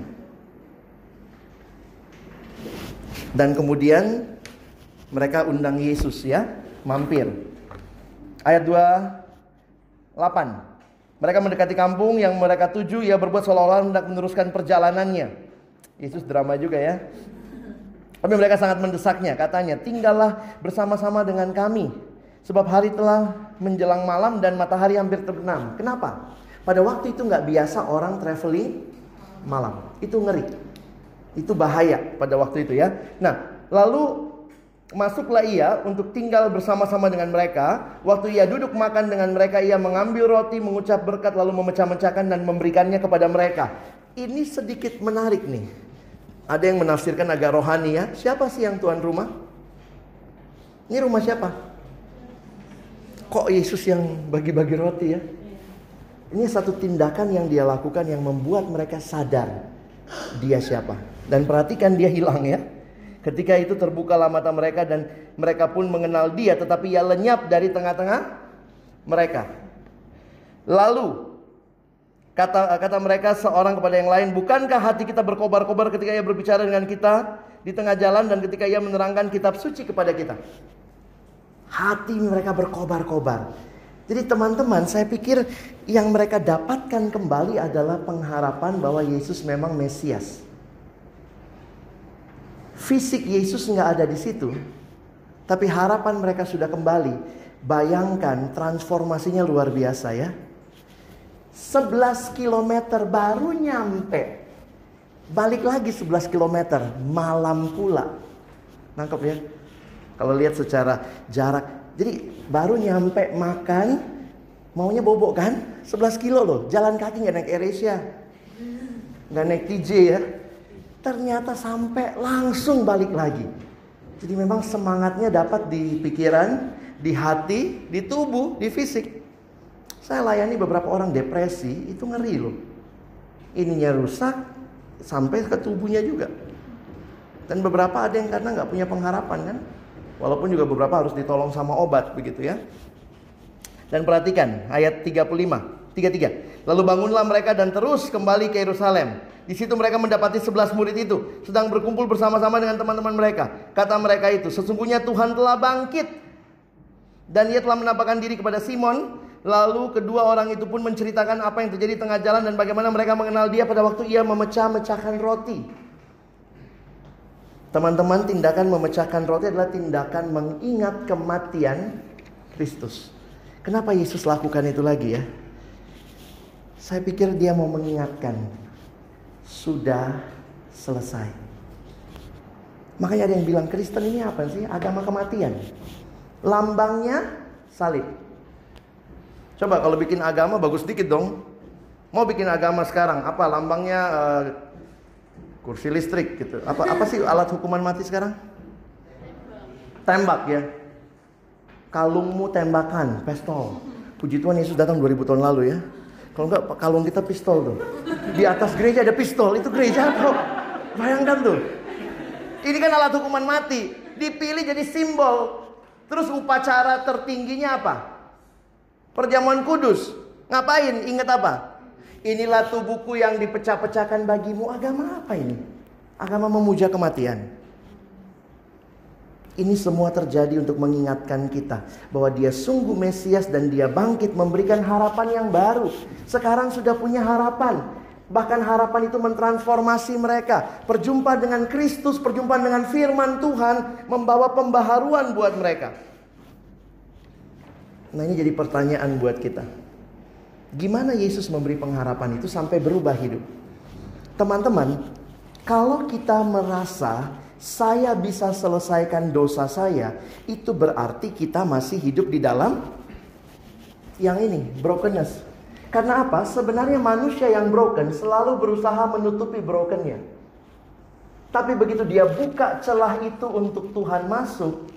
Dan kemudian mereka undang Yesus ya, mampir. Ayat dua puluh delapan. Mereka mendekati kampung yang mereka tuju, ia berbuat seolah-olah hendak meneruskan perjalanannya. Yesus drama juga ya. Tapi mereka sangat mendesaknya, katanya, tinggallah bersama-sama dengan kami. Sebab hari telah menjelang malam dan matahari hampir terbenam. Kenapa? Pada waktu itu nggak biasa orang traveling malam. Itu ngeri. Itu bahaya pada waktu itu ya. Nah, lalu masuklah ia untuk tinggal bersama-sama dengan mereka. Waktu ia duduk makan dengan mereka, ia mengambil roti, mengucap berkat, lalu memecah-mecahkan dan memberikannya kepada mereka. Ini sedikit menarik nih. Ada yang menafsirkan agak rohani ya. Siapa sih yang tuan rumah? Ini rumah siapa? Kok Yesus yang bagi-bagi roti ya? Ini satu tindakan yang dia lakukan yang membuat mereka sadar dia siapa. Dan perhatikan dia hilang ya. Ketika itu terbukalah mata mereka dan mereka pun mengenal dia, tetapi ia lenyap dari tengah-tengah mereka. Lalu kata kata mereka seorang kepada yang lain, bukankah hati kita berkobar-kobar ketika ia berbicara dengan kita di tengah jalan dan ketika ia menerangkan kitab suci kepada kita? Hati mereka berkobar-kobar. Jadi teman-teman, saya pikir yang mereka dapatkan kembali adalah pengharapan bahwa Yesus memang Mesias. Fisik Yesus nggak ada di situ, tapi harapan mereka sudah kembali. Bayangkan transformasinya luar biasa ya. sebelas kilometer baru nyampe. Balik lagi sebelas kilometer, malam pula. Nangkep ya? Kalau lihat secara jarak. Jadi baru nyampe makan, maunya bobok kan? sebelas kilo loh, jalan kaki nggak naik AirAsia, nggak naik T J ya. Ternyata sampai langsung balik lagi. Jadi memang semangatnya dapat di pikiran, di hati, di tubuh, di fisik. Saya layani beberapa orang depresi, itu ngeri loh. Ininya rusak, sampai ke tubuhnya juga. Dan beberapa ada yang karena nggak punya pengharapan kan. Walaupun juga beberapa harus ditolong sama obat begitu ya. Dan perhatikan ayat tiga puluh lima, tiga puluh tiga. Lalu bangunlah mereka dan terus kembali ke Yerusalem. Di situ mereka mendapati sebelas murid itu sedang berkumpul bersama-sama dengan teman-teman mereka. Kata mereka itu, sesungguhnya Tuhan telah bangkit dan ia telah menampakkan diri kepada Simon. Lalu kedua orang itu pun menceritakan apa yang terjadi di tengah jalan dan bagaimana mereka mengenal dia pada waktu ia memecah-mecahkan roti. Teman-teman, tindakan memecahkan roti adalah tindakan mengingat kematian Kristus. Kenapa Yesus lakukan itu lagi ya? Saya pikir dia mau mengingatkan. Sudah selesai. Makanya ada yang bilang Kristen ini apa sih? Agama kematian. Lambangnya salib. Coba kalau bikin agama bagus dikit dong. Mau bikin agama sekarang apa lambangnya? Uh, kursi listrik gitu. Apa apa sih alat hukuman mati sekarang? Tembak ya. Kalungmu tembakan, pistol. Puji Tuhan Yesus datang dua ribu tahun lalu ya. Kalau enggak kalung kita pistol tuh. Di atas gereja ada pistol, itu gereja kok. Bayangkan tuh. Ini kan alat hukuman mati. Dipilih jadi simbol. Terus upacara tertingginya apa? Perjamuan kudus. Ngapain? Ingat apa? Inilah tubuhku yang dipecah-pecahkan bagimu. Agama apa ini? Agama memuja kematian. Ini semua terjadi untuk mengingatkan kita bahwa dia sungguh Mesias dan dia bangkit memberikan harapan yang baru. Sekarang sudah punya harapan. Bahkan harapan itu mentransformasi mereka. Perjumpaan dengan Kristus, perjumpaan dengan firman Tuhan membawa pembaharuan buat mereka. Nah, ini jadi pertanyaan buat kita. Gimana Yesus memberi pengharapan itu sampai berubah hidup? Teman-teman, kalau kita merasa saya bisa selesaikan dosa saya, itu berarti kita masih hidup di dalam yang ini, brokenness. Karena apa? Sebenarnya manusia yang broken selalu berusaha menutupi brokennya. Tapi begitu dia buka celah itu untuk Tuhan masuk,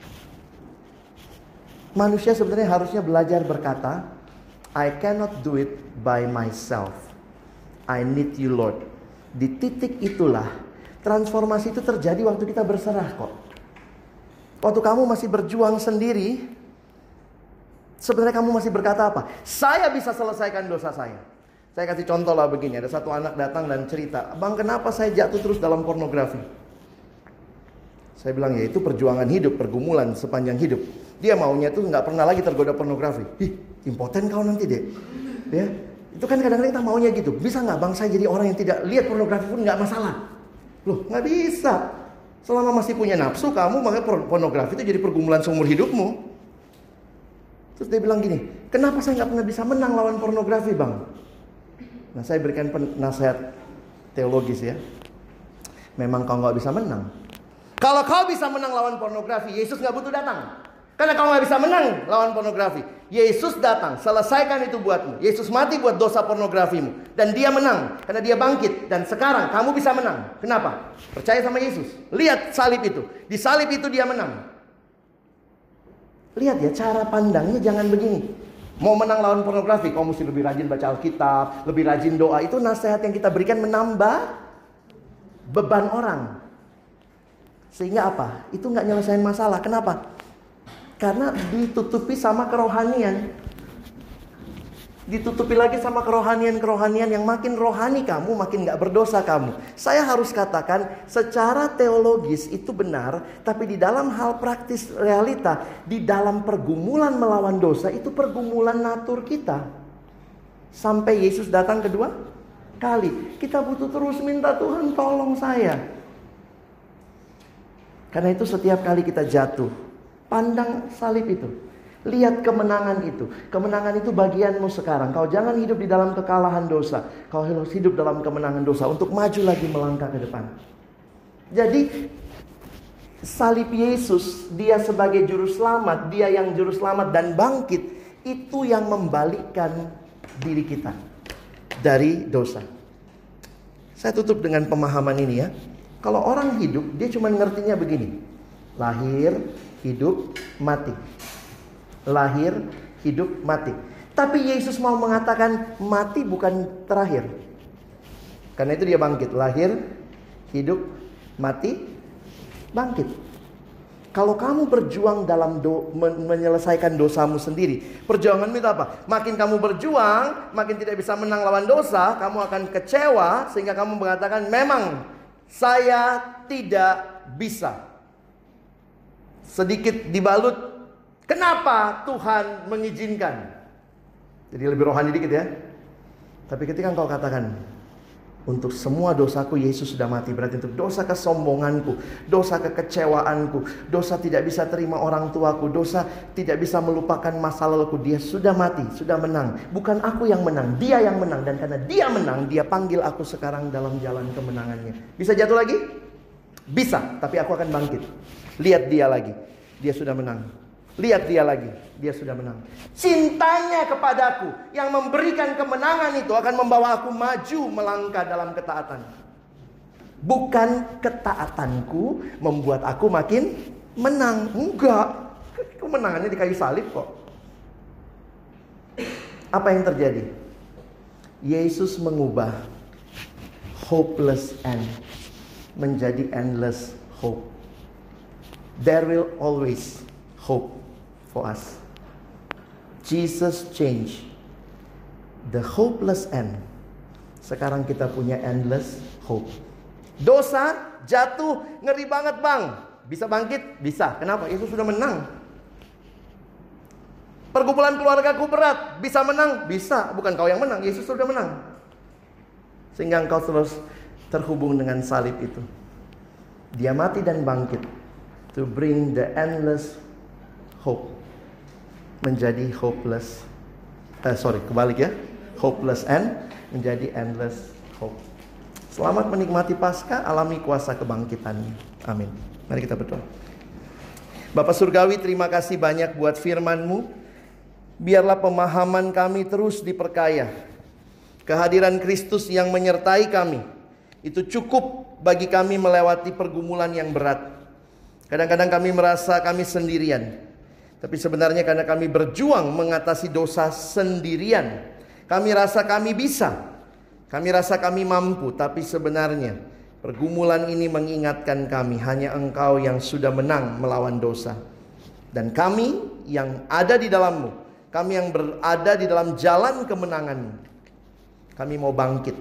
manusia sebenarnya harusnya belajar berkata, I cannot do it by myself. I need you, Lord. Di titik itulah transformasi itu terjadi waktu kita berserah kok. Waktu kamu masih berjuang sendiri, sebenarnya kamu masih berkata apa? Saya bisa selesaikan dosa saya. Saya kasih contoh lah begini. Ada satu anak datang dan cerita, Bang, kenapa saya jatuh terus dalam pornografi? Saya bilang, ya itu perjuangan hidup, pergumulan sepanjang hidup. Dia maunya tuh nggak pernah lagi tergoda pornografi. Ih, impoten kau nanti deh. Ya, itu kan kadang-kadang kita maunya gitu. Bisa nggak Bang saya jadi orang yang tidak lihat pornografi pun nggak masalah? Loh, nggak bisa. Selama masih punya nafsu, kamu makanya pornografi itu jadi pergumulan seumur hidupmu. Terus dia bilang gini, kenapa saya nggak pernah bisa menang lawan pornografi, Bang? Nah, saya berikan nasihat teologis ya. Memang kau nggak bisa menang. Kalau kau bisa menang lawan pornografi, Yesus nggak butuh datang. Karena kau nggak bisa menang lawan pornografi, Yesus datang, selesaikan itu buatmu. Yesus mati buat dosa pornografimu. Dan dia menang, karena dia bangkit. Dan sekarang kamu bisa menang. Kenapa? Percaya sama Yesus. Lihat salib itu. Di salib itu dia menang. Lihat ya, cara pandangnya jangan begini. Mau menang lawan pornografi, kau mesti lebih rajin baca Alkitab, lebih rajin doa. Itu nasihat yang kita berikan menambah beban orang. Sehingga apa? Itu nggak nyelesain masalah. Kenapa? Karena ditutupi sama kerohanian. Ditutupi lagi sama kerohanian-kerohanian yang makin rohani kamu, makin gak berdosa kamu. Saya harus katakan, secara teologis itu benar. Tapi di dalam hal praktis realita, di dalam pergumulan melawan dosa, itu pergumulan natur kita. Sampai Yesus datang kedua kali, kita butuh terus minta Tuhan tolong saya. Karena itu setiap kali kita jatuh, pandang salib itu. Lihat kemenangan itu. Kemenangan itu bagianmu sekarang. Kau jangan hidup di dalam kekalahan dosa. Kau harus hidup dalam kemenangan dosa untuk maju lagi melangkah ke depan. Jadi salib Yesus, dia sebagai juru selamat, dia yang juru selamat dan bangkit, itu yang membalikkan diri kita dari dosa. Saya tutup dengan pemahaman ini ya. Kalau orang hidup, dia cuma ngertinya begini. Lahir, hidup, mati. Lahir, hidup, mati. Tapi Yesus mau mengatakan mati bukan terakhir. Karena itu dia bangkit. Lahir, hidup, mati, bangkit. Kalau kamu berjuang dalam do, men- menyelesaikan dosamu sendiri, perjuanganmu itu apa? Makin kamu berjuang, makin tidak bisa menang lawan dosa, kamu akan kecewa sehingga kamu mengatakan memang saya tidak bisa. Sedikit dibalut, kenapa Tuhan mengizinkan? Jadi lebih rohani dikit ya. Tapi ketika engkau katakan, untuk semua dosaku Yesus sudah mati. Berarti untuk dosa kesombonganku, dosa kekecewaanku, dosa tidak bisa terima orang tuaku, dosa tidak bisa melupakan masa laluku, dia sudah mati, sudah menang. Bukan aku yang menang, dia yang menang. Dan karena dia menang, dia panggil aku sekarang dalam jalan kemenangannya. Bisa jatuh lagi? Bisa, tapi aku akan bangkit. Lihat dia lagi, dia sudah menang. Lihat dia lagi, dia sudah menang. Cintanya kepadaku yang memberikan kemenangan itu akan membawa aku maju melangkah dalam ketaatan. Bukan ketaatanku membuat aku makin menang. Enggak, kemenangannya di kayu salib kok. Apa yang terjadi? Yesus mengubah hopeless end menjadi endless hope. There will always hope for us. Jesus change the hopeless end. Sekarang kita punya endless hope. Dosa, jatuh, ngeri banget bang. Bisa bangkit? Bisa. Kenapa? Yesus sudah menang. Pergumulan keluargaku berat. Bisa menang? Bisa. Bukan kau yang menang, Yesus sudah menang. Sehingga engkau terus terhubung dengan salib itu. Dia mati dan bangkit to bring the endless hope menjadi hopeless. Eh, sorry, kebalik ya. Hopeless end menjadi endless hope. Selamat menikmati Paskah, alami kuasa kebangkitannya. Amin. Mari kita berdoa. Bapak Surgawi, terima kasih banyak buat firman-Mu. Biarlah pemahaman kami terus diperkaya. Kehadiran Kristus yang menyertai kami itu cukup bagi kami melewati pergumulan yang berat. Kadang-kadang kami merasa kami sendirian, tapi sebenarnya karena kami berjuang mengatasi dosa sendirian, kami rasa kami bisa, kami rasa kami mampu. Tapi sebenarnya pergumulan ini mengingatkan kami hanya Engkau yang sudah menang melawan dosa. Dan kami yang ada di dalam-Mu, kami yang berada di dalam jalan kemenangan-Mu, kami mau bangkit,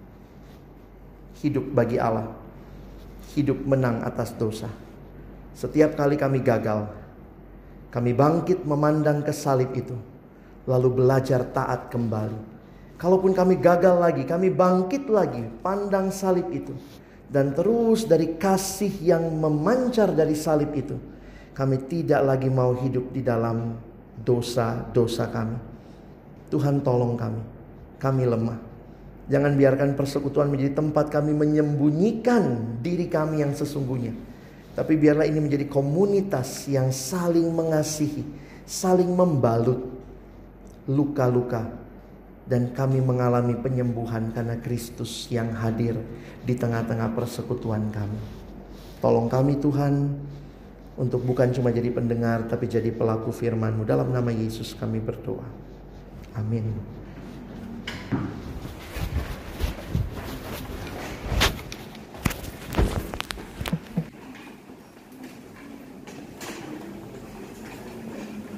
hidup bagi Allah, hidup menang atas dosa. Setiap kali kami gagal, kami bangkit memandang ke salib itu, lalu belajar taat kembali. Kalaupun kami gagal lagi, kami bangkit lagi, pandang salib itu. Dan terus dari kasih yang memancar dari salib itu, kami tidak lagi mau hidup di dalam dosa-dosa kami. Tuhan tolong kami, kami lemah. Jangan biarkan persekutuan menjadi tempat kami menyembunyikan diri kami yang sesungguhnya. Tapi biarlah ini menjadi komunitas yang saling mengasihi, saling membalut luka-luka. Dan kami mengalami penyembuhan karena Kristus yang hadir di tengah-tengah persekutuan kami. Tolong kami Tuhan, untuk bukan cuma jadi pendengar, tapi jadi pelaku firman-Mu. Dalam nama Yesus kami berdoa. Amin.